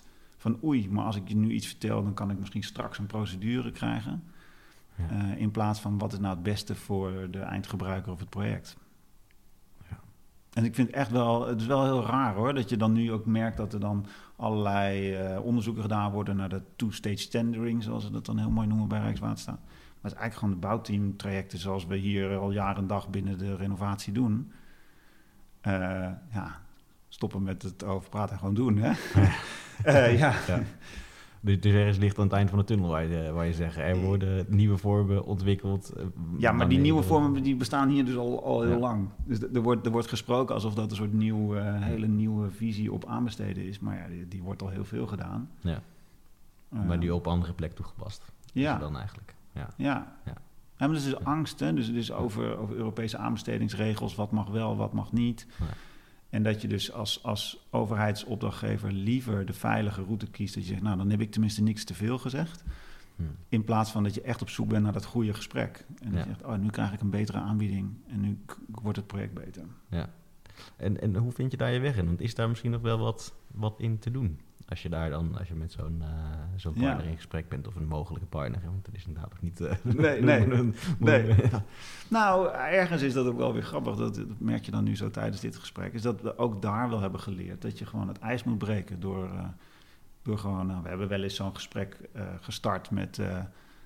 van oei, maar als ik je nu iets vertel, dan kan ik misschien straks een procedure krijgen. Ja. Uh, in plaats van wat is nou het beste voor de eindgebruiker of het project. Ja. En ik vind het echt wel, het is wel heel raar hoor, dat je dan nu ook merkt dat er dan allerlei uh, onderzoeken gedaan worden naar de two-stage tendering, zoals ze dat dan heel mooi noemen bij Rijkswaterstaat. Maar het is eigenlijk gewoon de bouwteamtrajecten zoals we hier al jaren en dag binnen de renovatie doen. Uh, ja, stoppen met het over praten en gewoon doen, hè? uh, ja. ja. Dus, dus er is licht aan het eind van de tunnel, waar je, waar je zegt. Er worden nieuwe vormen ontwikkeld. Ja, maar die nieuwe vormen die bestaan hier dus al, al heel ja. lang. Dus er wordt, er wordt gesproken alsof dat een soort nieuw, uh, hele nieuwe visie op aanbesteden is. Maar ja, die, die wordt al heel veel gedaan. Ja. Uh, maar die op andere plek toegepast. Ja. Dan eigenlijk. Ja. Ja. ja. Ja, maar dat is dus angst, hè? Dus, dus over, over Europese aanbestedingsregels, wat mag wel, wat mag niet. Ja. En dat je dus als, als overheidsopdrachtgever liever de veilige route kiest. Dat je zegt, nou, dan heb ik tenminste niks te veel gezegd. Hmm. In plaats van dat je echt op zoek bent naar dat goede gesprek. En dat ja. je zegt, oh, nu krijg ik een betere aanbieding. En nu k- wordt het project beter. Ja. En, en hoe vind je daar je weg in? Want is daar misschien nog wel wat, wat in te doen? Als je daar dan, als je met zo'n, uh, zo'n partner ja. in gesprek bent of een mogelijke partner, want dat is inderdaad nog niet. Uh, nee, nee. een, nee. Ja. Nou, ergens is dat ook wel weer grappig. Dat, dat merk je dan nu zo tijdens dit gesprek. Is dat we ook daar wel hebben geleerd dat je gewoon het ijs moet breken door, uh, door gewoon. Nou, we hebben wel eens zo'n gesprek uh, gestart met. Uh, uh,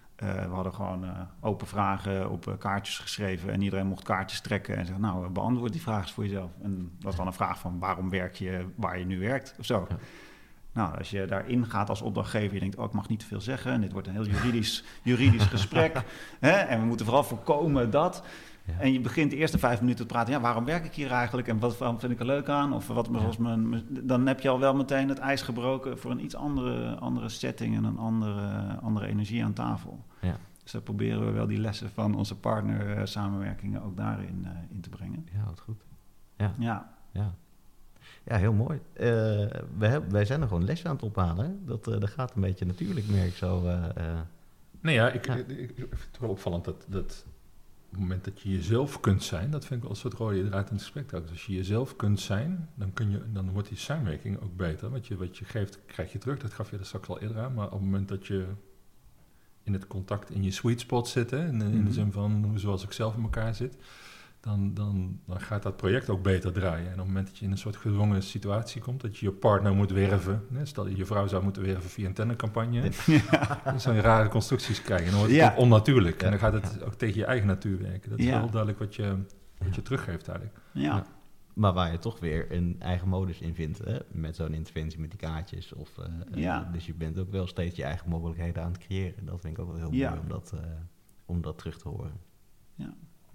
we hadden gewoon uh, open vragen op uh, kaartjes geschreven en iedereen mocht kaartjes trekken en zeggen, nou, beantwoord die vraag eens voor jezelf. En dat was dan een vraag van waarom werk je waar je nu werkt of zo. Ja. Nou, als je daarin gaat als opdrachtgever, je denkt, oh, ik mag niet te veel zeggen. En dit wordt een heel juridisch, juridisch gesprek. Hè? En we moeten vooral voorkomen dat. Ja. En je begint de eerste vijf minuten te praten. Ja, waarom werk ik hier eigenlijk? En wat waarom vind ik er leuk aan? Of wat ja. mijn, dan heb je al wel meteen het ijs gebroken voor een iets andere, andere setting en een andere, andere energie aan tafel. Ja. Dus daar proberen we wel die lessen van onze partner uh, samenwerkingen ook daarin uh, in te brengen. Ja, wat goed. Ja. Ja. ja. Ja, heel mooi. Uh, we hebben, wij zijn er gewoon lesje aan het ophalen. Hè? Dat, uh, dat gaat een beetje natuurlijk, merk ik zo. Uh, uh, nee, ja, ik, ja. Ik, ik, ik vind het wel opvallend dat, dat op het moment dat je jezelf kunt zijn, dat vind ik wel een soort rode draad in het gesprek. Dus als je jezelf kunt zijn, dan, kun je, dan wordt die samenwerking ook beter. Wat je, wat je geeft, krijg je terug. Dat gaf je er straks al eerder aan. Maar op het moment dat je in het contact in je sweet spot zit, hè, in, mm-hmm. in de zin van zoals ik zelf in elkaar zit, Dan, dan, dan gaat dat project ook beter draaien. En op het moment dat je in een soort gedwongen situatie komt, dat je je partner moet werven, hè, stel je je vrouw zou moeten werven via een tendercampagne, ja. dan zou je rare constructies krijgen. En dan wordt het ja. ook onnatuurlijk. Ja. En dan gaat het ook tegen je eigen natuur werken. Dat is ja. heel duidelijk wat je, wat je teruggeeft eigenlijk. Ja. Ja. Maar waar je toch weer een eigen modus in vindt, hè? Met zo'n interventie met die kaartjes. Of, uh, ja. uh, dus je bent ook wel steeds je eigen mogelijkheden aan het creëren. Dat vind ik ook wel heel ja. mooi om dat, uh, om dat terug te horen. Ja.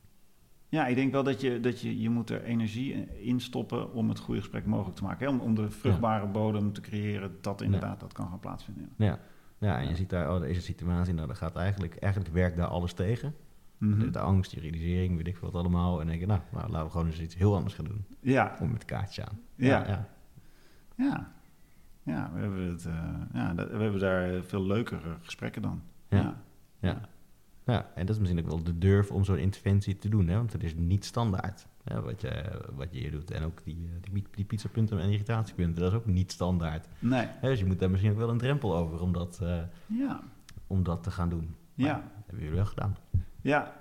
Ja, ik denk wel dat je, dat je, je moet er energie in stoppen om het goede gesprek mogelijk te maken. Hè? Om, om de vruchtbare ja. bodem te creëren, dat inderdaad ja. dat kan gaan plaatsvinden. Ja, ja. ja en ja. je ziet daar, oh, er is een situatie, nou, dat gaat eigenlijk, eigenlijk werkt daar alles tegen. Mm-hmm. De, de angst, die realisering, weet ik veel wat allemaal. En dan denk je, nou, nou, laten we gewoon eens iets heel anders gaan doen. Ja. Om met de kaartjes aan. Ja. Ja, ja. ja. ja we, hebben het, uh, ja dat, we hebben daar veel leukere gesprekken dan. Ja, ja. ja. Ja, en dat is misschien ook wel de durf om zo'n interventie te doen, hè? Want het is niet standaard, hè, wat, je, wat je hier doet. En ook die, die, die pizzapunten en irritatiepunten, dat is ook niet standaard. Nee. Hè, dus je moet daar misschien ook wel een drempel over om dat, uh, ja. om dat te gaan doen. Maar ja. dat hebben jullie wel gedaan. Ja,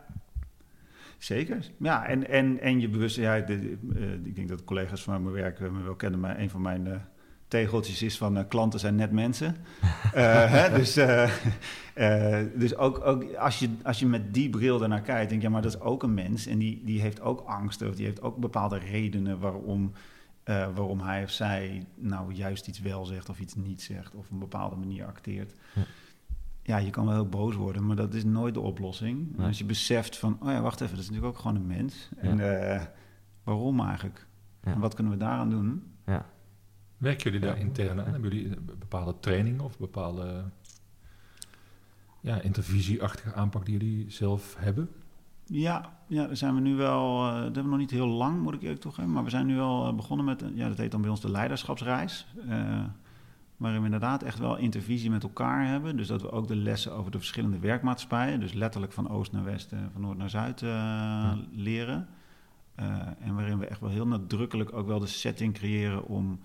zeker. Ja, en, en, en je bewustzijn, ja, de, de, uh, ik denk dat collega's van mijn werk me wel kennen, maar een van mijn uh, tegeltjes is van uh, klanten zijn net mensen. uh, hè, dus uh, uh, dus ook, ook als, je, als je met die bril daarnaar kijkt, denk je, ja, maar dat is ook een mens en die, die heeft ook angsten of die heeft ook bepaalde redenen waarom, uh, waarom hij of zij nou juist iets wel zegt of iets niet zegt of op een bepaalde manier acteert. Ja. Ja, je kan wel heel boos worden, maar dat is nooit de oplossing. Nee. Als je beseft van, oh ja, wacht even, dat is natuurlijk ook gewoon een mens. Ja. En uh, waarom eigenlijk? Ja. En wat kunnen we daaraan doen? Ja. Werken jullie daar intern aan? Hebben jullie een bepaalde training of bepaalde ja, intervisieachtige aanpak die jullie zelf hebben? Ja, ja, daar zijn we nu wel, uh, dat hebben we nog niet heel lang, moet ik eerlijk toegeven. Maar we zijn nu al uh, begonnen met, ja, dat heet dan bij ons de leiderschapsreis. Uh, waarin we inderdaad echt wel intervisie met elkaar hebben. Dus dat we ook de lessen over de verschillende werkmaatschappijen, dus letterlijk van oost naar west en van noord naar zuid uh, ja. leren. Uh, en waarin we echt wel heel nadrukkelijk ook wel de setting creëren om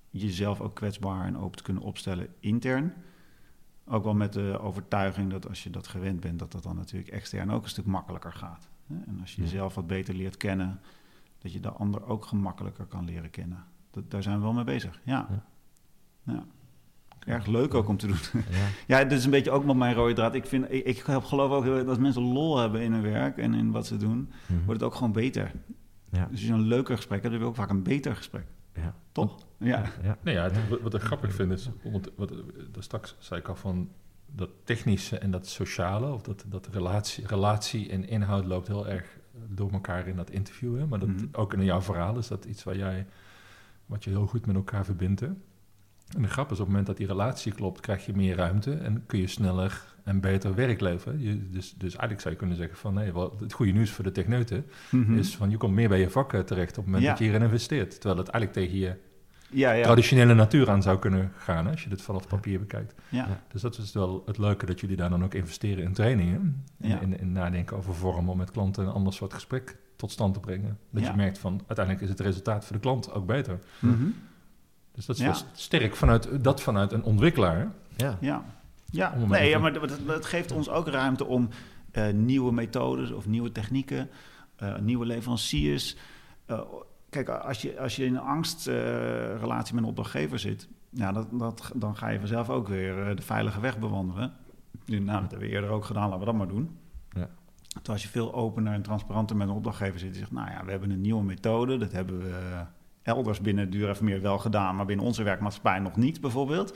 jezelf ook kwetsbaar en open te kunnen opstellen intern. Ook wel met de overtuiging dat als je dat gewend bent, dat dat dan natuurlijk extern ook een stuk makkelijker gaat. Hè? En als je jezelf wat beter leert kennen, dat je de ander ook gemakkelijker kan leren kennen. Dat, daar zijn we wel mee bezig, ja. ja. ja. Erg leuk ook om te doen. Ja, ja, dat is een beetje ook nog mijn rode draad. Ik, vind, ik, ik geloof ook dat als mensen lol hebben in hun werk en in wat ze doen, mm-hmm. wordt het ook gewoon beter. Ja. Dus als je een leuker gesprek hebt, dan heb je ook vaak een beter gesprek. Ja. Toch? Ja. ja. Nee, ja het, wat, wat ik grappig vind is, want, wat, wat, straks zei ik al van dat technische en dat sociale, of dat, dat relatie, relatie en inhoud loopt heel erg door elkaar in dat interview. Hè? Maar dat, mm-hmm. ook in jouw verhaal is dat iets waar jij, wat je heel goed met elkaar verbindt. Hè? En de grap is, op het moment dat die relatie klopt, krijg je meer ruimte en kun je sneller en beter werk leveren. Je, dus, dus eigenlijk zou je kunnen zeggen van, nee, wel, het goede nieuws voor de techneuten mm-hmm. is van, je komt meer bij je vak terecht op het moment ja. dat je hierin investeert. Terwijl het eigenlijk tegen je ja, ja. traditionele natuur aan zou kunnen gaan, hè, als je dit vanaf papier bekijkt. Ja. Dus dat is wel het leuke, dat jullie daar dan ook investeren in trainingen. Ja. In, in nadenken over vormen om met klanten een ander soort gesprek tot stand te brengen. Dat ja. je merkt van, uiteindelijk is het resultaat voor de klant ook beter. Mm-hmm. Dus dat is ja. wel sterk vanuit, dat vanuit een ontwikkelaar. Ja, ja. ja. Nee, ja maar dat, dat geeft ons ook ruimte om uh, nieuwe methodes of nieuwe technieken, uh, nieuwe leveranciers. Uh, kijk, als je, als je in een angstrelatie uh, met een opdrachtgever zit, ja, dat, dat, dan ga je vanzelf ook weer uh, de veilige weg bewandelen. Nou, dat hebben we eerder ook gedaan, laten we dat maar doen. Ja. Terwijl als je veel opener en transparanter met een opdrachtgever zit, die zegt, nou ja, we hebben een nieuwe methode, dat hebben we Uh, elders binnen Duur Even Meer wel gedaan, maar binnen onze werkmaatschappij nog niet, bijvoorbeeld.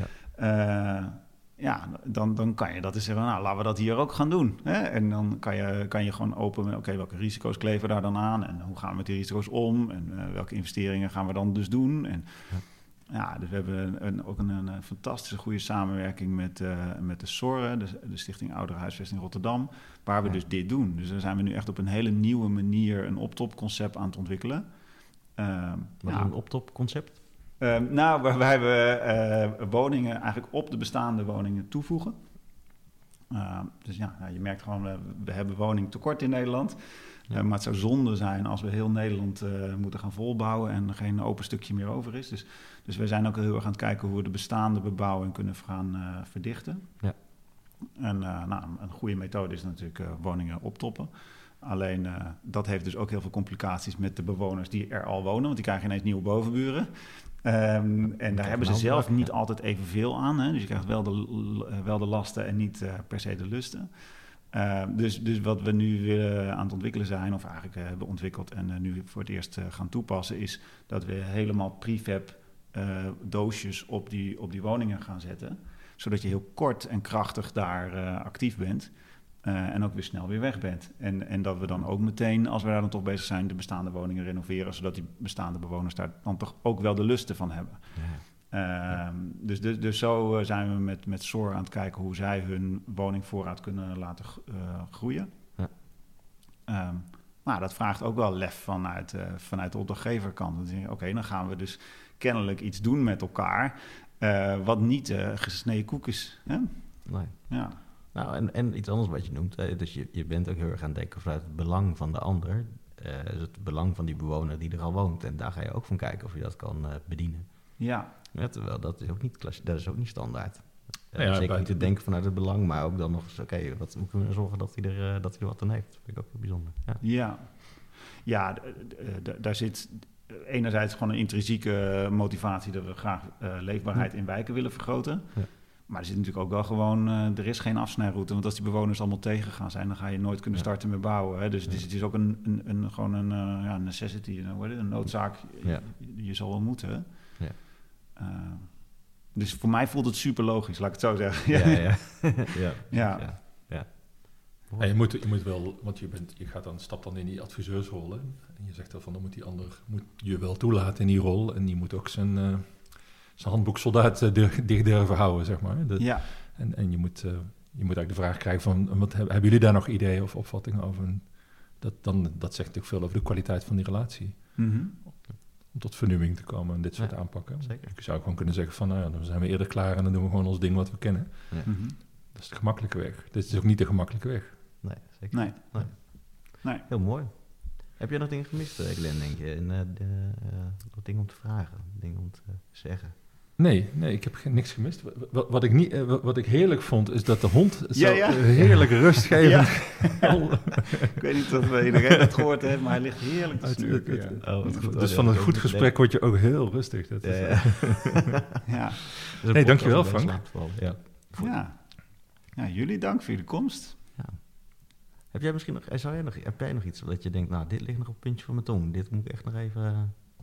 Ja, uh, ja dan, dan kan je dat eens zeggen, nou, laten we dat hier ook gaan doen. Hè? En dan kan je, kan je gewoon open met, oké, okay, welke risico's kleven daar dan aan? En hoe gaan we met die risico's om? En uh, welke investeringen gaan we dan dus doen? En ja, ja dus we hebben een, ook een, een fantastische goede samenwerking met, uh, met de S O R, de, de Stichting Ouderenhuisvesting Rotterdam, waar we ja. dus dit doen. Dus daar zijn we nu echt op een hele nieuwe manier een optopconcept aan het ontwikkelen. Uh, Wat ja. is een optopconcept? Uh, nou, waarbij we uh, woningen eigenlijk op de bestaande woningen toevoegen. Uh, dus ja, nou, je merkt gewoon, uh, we hebben woningtekort in Nederland. Ja. Uh, maar het zou zonde zijn als we heel Nederland uh, moeten gaan volbouwen en er geen open stukje meer over is. Dus, dus we zijn ook heel erg aan het kijken hoe we de bestaande bebouwing kunnen gaan uh, verdichten. Ja. En uh, nou, een goede methode is natuurlijk uh, woningen optoppen. Alleen uh, dat heeft dus ook heel veel complicaties met de bewoners die er al wonen. Want die krijgen ineens nieuwe bovenburen. Um, en daar hebben ze zelf niet altijd evenveel aan. Hè? Dus je krijgt wel de, uh, wel de lasten en niet uh, per se de lusten. Uh, dus, dus wat we nu weer aan het ontwikkelen zijn, of eigenlijk uh, hebben ontwikkeld en uh, nu voor het eerst uh, gaan toepassen, is dat we helemaal prefab uh, doosjes op die, op die woningen gaan zetten. Zodat je heel kort en krachtig daar uh, actief bent. Uh, en ook weer snel weer weg bent. En, en dat we dan ook meteen, als we daar dan toch bezig zijn, de bestaande woningen renoveren, zodat die bestaande bewoners daar dan toch ook wel de lusten van hebben. Ja. Uh, ja. Dus, dus, dus zo zijn we met, met S O R aan het kijken hoe zij hun woningvoorraad kunnen laten uh, groeien. Ja. Um, maar dat vraagt ook wel lef vanuit, uh, vanuit de opdrachtgeverkant. Dan denk je, oké, okay, dan gaan we dus kennelijk iets doen met elkaar, uh, wat niet uh, gesneden koek is. Hè? Nee. Ja. Nou, en, en iets anders wat je noemt, hè? Dus je, je bent ook heel erg aan het denken vanuit het belang van de ander. Uh, dus het belang van die bewoner die er al woont. En daar ga je ook van kijken of je dat kan uh, bedienen. Ja. Ja, terwijl dat is ook niet, klassi- dat is ook niet standaard. Uh, ja, zeker niet te denken vanuit het belang, maar ook dan nog eens, oké, okay, hoe kunnen we zorgen dat hij er, uh, dat hij er wat aan heeft? Dat vind ik ook heel bijzonder. Ja, ja. ja d- d- d- daar zit enerzijds gewoon een intrinsieke motivatie dat we graag uh, leefbaarheid in wijken willen vergroten. Ja. Maar er zit natuurlijk ook wel gewoon, uh, er is geen afsnijroute. Want als die bewoners allemaal tegen gaan zijn, dan ga je nooit kunnen starten ja. met bouwen. Hè? Dus, ja. dus het is ook een, een, een, gewoon een uh, ja, necessity, een, een noodzaak. Ja. Je, je zal wel moeten. Ja. Uh, dus voor mij voelt het super logisch, laat ik het zo zeggen. Ja, ja. ja. ja. ja. ja. ja. En je, moet, je moet wel, want je, bent, je gaat dan, stapt dan in die adviseursrol. Hè? En je zegt dan van, dan moet die ander moet je wel toelaten in die rol. En die moet ook zijn... Uh, zijn handboeksoldaat uh, dicht durven houden, zeg maar. Dat, ja. En, en je, moet, uh, je moet eigenlijk de vraag krijgen van, wat, hebben jullie daar nog ideeën of opvattingen over? En dat, dan, dat zegt natuurlijk veel over de kwaliteit van die relatie. Mm-hmm. Om tot vernieuwing te komen en dit soort ja, aanpakken. Zeker. Je zou gewoon kunnen zeggen van, nou ja, dan zijn we eerder klaar en dan doen we gewoon ons ding wat we kennen. Ja. Mm-hmm. Dat is de gemakkelijke weg. Dit is ook niet de gemakkelijke weg. Nee, zeker. Nee. nee. nee. Heel mooi. Heb jij nog dingen gemist, uh, Glenn, denk je? En, uh, de, uh, nog dingen om te vragen, dingen om te zeggen? Nee, nee, ik heb geen, niks gemist. Wat, wat, ik niet, uh, wat ik heerlijk vond, is dat de hond ja, zo ja. heerlijk rustgevend... Ja. Ik weet niet of iedereen dat gehoord heeft, maar hij ligt heerlijk te snurken. Ja. Oh, wat goed. Dus van een goed gesprek word je ook heel rustig. Dat is, ja, ja. ja. Nee, dankjewel, Frank. Ja. Ja. Ja, jullie dank voor jullie komst. Ja. Heb jij misschien nog, zou jij nog, heb jij nog iets dat je denkt, nou, dit ligt nog op het puntje van mijn tong. Dit moet ik echt nog even, uh,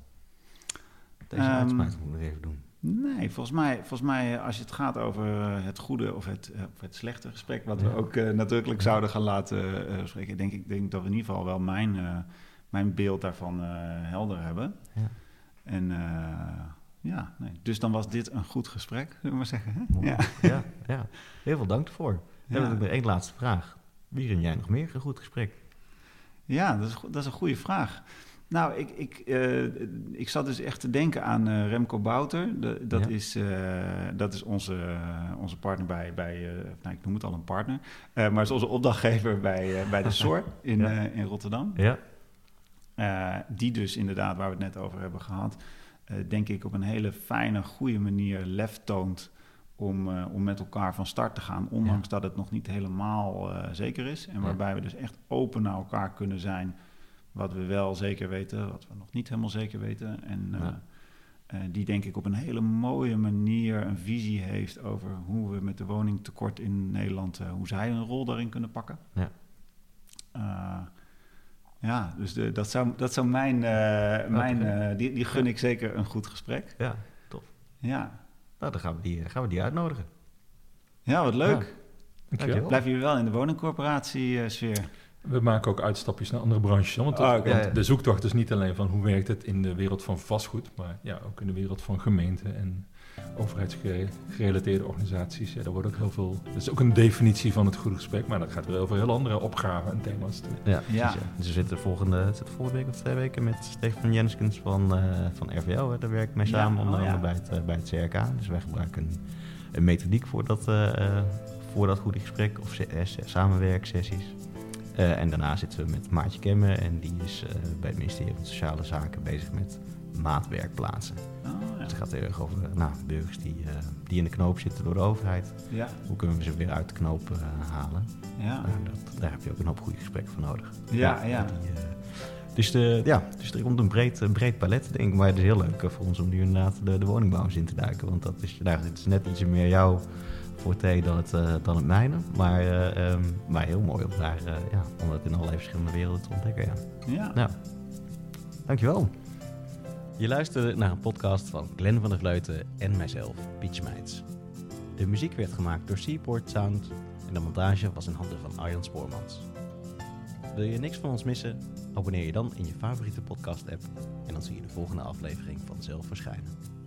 deze um, uitsmijter moet ik nog even doen. Nee, volgens mij, volgens mij als je het gaat over het goede of het, uh, of het slechte gesprek, wat ja. we ook uh, nadrukkelijk ja. zouden gaan laten uh, spreken, denk ik denk dat we in ieder geval wel mijn, uh, mijn beeld daarvan uh, helder hebben. Ja. En uh, ja, nee. Dus dan was dit een goed gesprek, zullen we maar zeggen. Hè? Ja. Ja, ja, heel veel dank ervoor. Dan ja. heb ik nog één laatste vraag. Wie vind jij nog meer een goed gesprek? Ja, dat is, dat is een goede vraag. Nou, ik, ik, uh, ik zat dus echt te denken aan uh, Remco Bouter. De, dat, ja. is, uh, dat is onze, uh, onze partner bij, bij uh, nou, ik noem het al een partner, uh, maar is onze opdrachtgever bij, uh, bij de S O R in, ja. uh, in Rotterdam. Ja. Uh, die dus inderdaad, waar we het net over hebben gehad, uh, denk ik op een hele fijne, goede manier lef toont om, uh, om met elkaar van start te gaan, ondanks ja. dat het nog niet helemaal uh, zeker is. En waarbij ja. we dus echt open naar elkaar kunnen zijn, wat we wel zeker weten, wat we nog niet helemaal zeker weten. En uh, ja. uh, die denk ik op een hele mooie manier een visie heeft over hoe we met de woningtekort in Nederland, uh, hoe zij een rol daarin kunnen pakken. Ja, uh, ja dus de, dat, zou, dat zou mijn, uh, mijn uh, die, die gun ik zeker een goed gesprek. Ja, tof. Ja. Nou, dan gaan we die, gaan we die uitnodigen. Ja, wat leuk. Ja. Dankjewel. Blijven jullie wel in de woningcorporatie-sfeer? Uh, We maken ook uitstapjes naar andere branches. Want, oh, okay. want de zoektocht is niet alleen van hoe werkt het in de wereld van vastgoed, maar ja, ook in de wereld van gemeenten en overheidsgerelateerde organisaties. Ja, daar wordt ook heel veel. Dat is ook een definitie van het goede gesprek, maar dat gaat weer over heel andere opgaven en thema's. Ja, ja. Dus, ja. dus we zitten volgende, zitten volgende week of twee weken met Stefan Jenskens van, uh, van R V L. Hè. Daar werk ik mee samen ja, onder andere oh, ja. bij, het, bij het C R K. Dus wij gebruiken een, een methodiek voor dat, uh, voor dat goede gesprek of samenwerksessies. Uh, en daarna zitten we met Maartje Kemmen en die is uh, bij het ministerie van Sociale Zaken bezig met maatwerkplaatsen. Oh, ja. Dus het gaat heel erg over nou, burgers die, uh, die in de knoop zitten door de overheid. Ja. Hoe kunnen we ze weer uit de knoop uh, halen? Ja. Uh, dat, daar heb je ook een hoop goede gesprekken voor nodig. Ja, ja. ja. Die, uh, dus, de, ja dus er komt een breed, een breed palet, denk ik. Maar het is heel leuk uh, voor ons om nu inderdaad de, de woningbouw in te duiken. Want dat is, nou, het is net ietsje meer jouw forte dan het, uh, dan het mijne. Maar, uh, um, maar heel mooi om, daar, uh, ja, om het in allerlei verschillende werelden te ontdekken. Ja. Ja. Nou, dankjewel. Je luisterde naar een podcast van Glenn van der Vleuten en mijzelf, Piet Schmijts. De muziek werd gemaakt door Seaport Sound en de montage was in handen van Arjan Spoormans. Wil je niks van ons missen? Abonneer je dan in je favoriete podcast-app en dan zie je de volgende aflevering vanzelf verschijnen.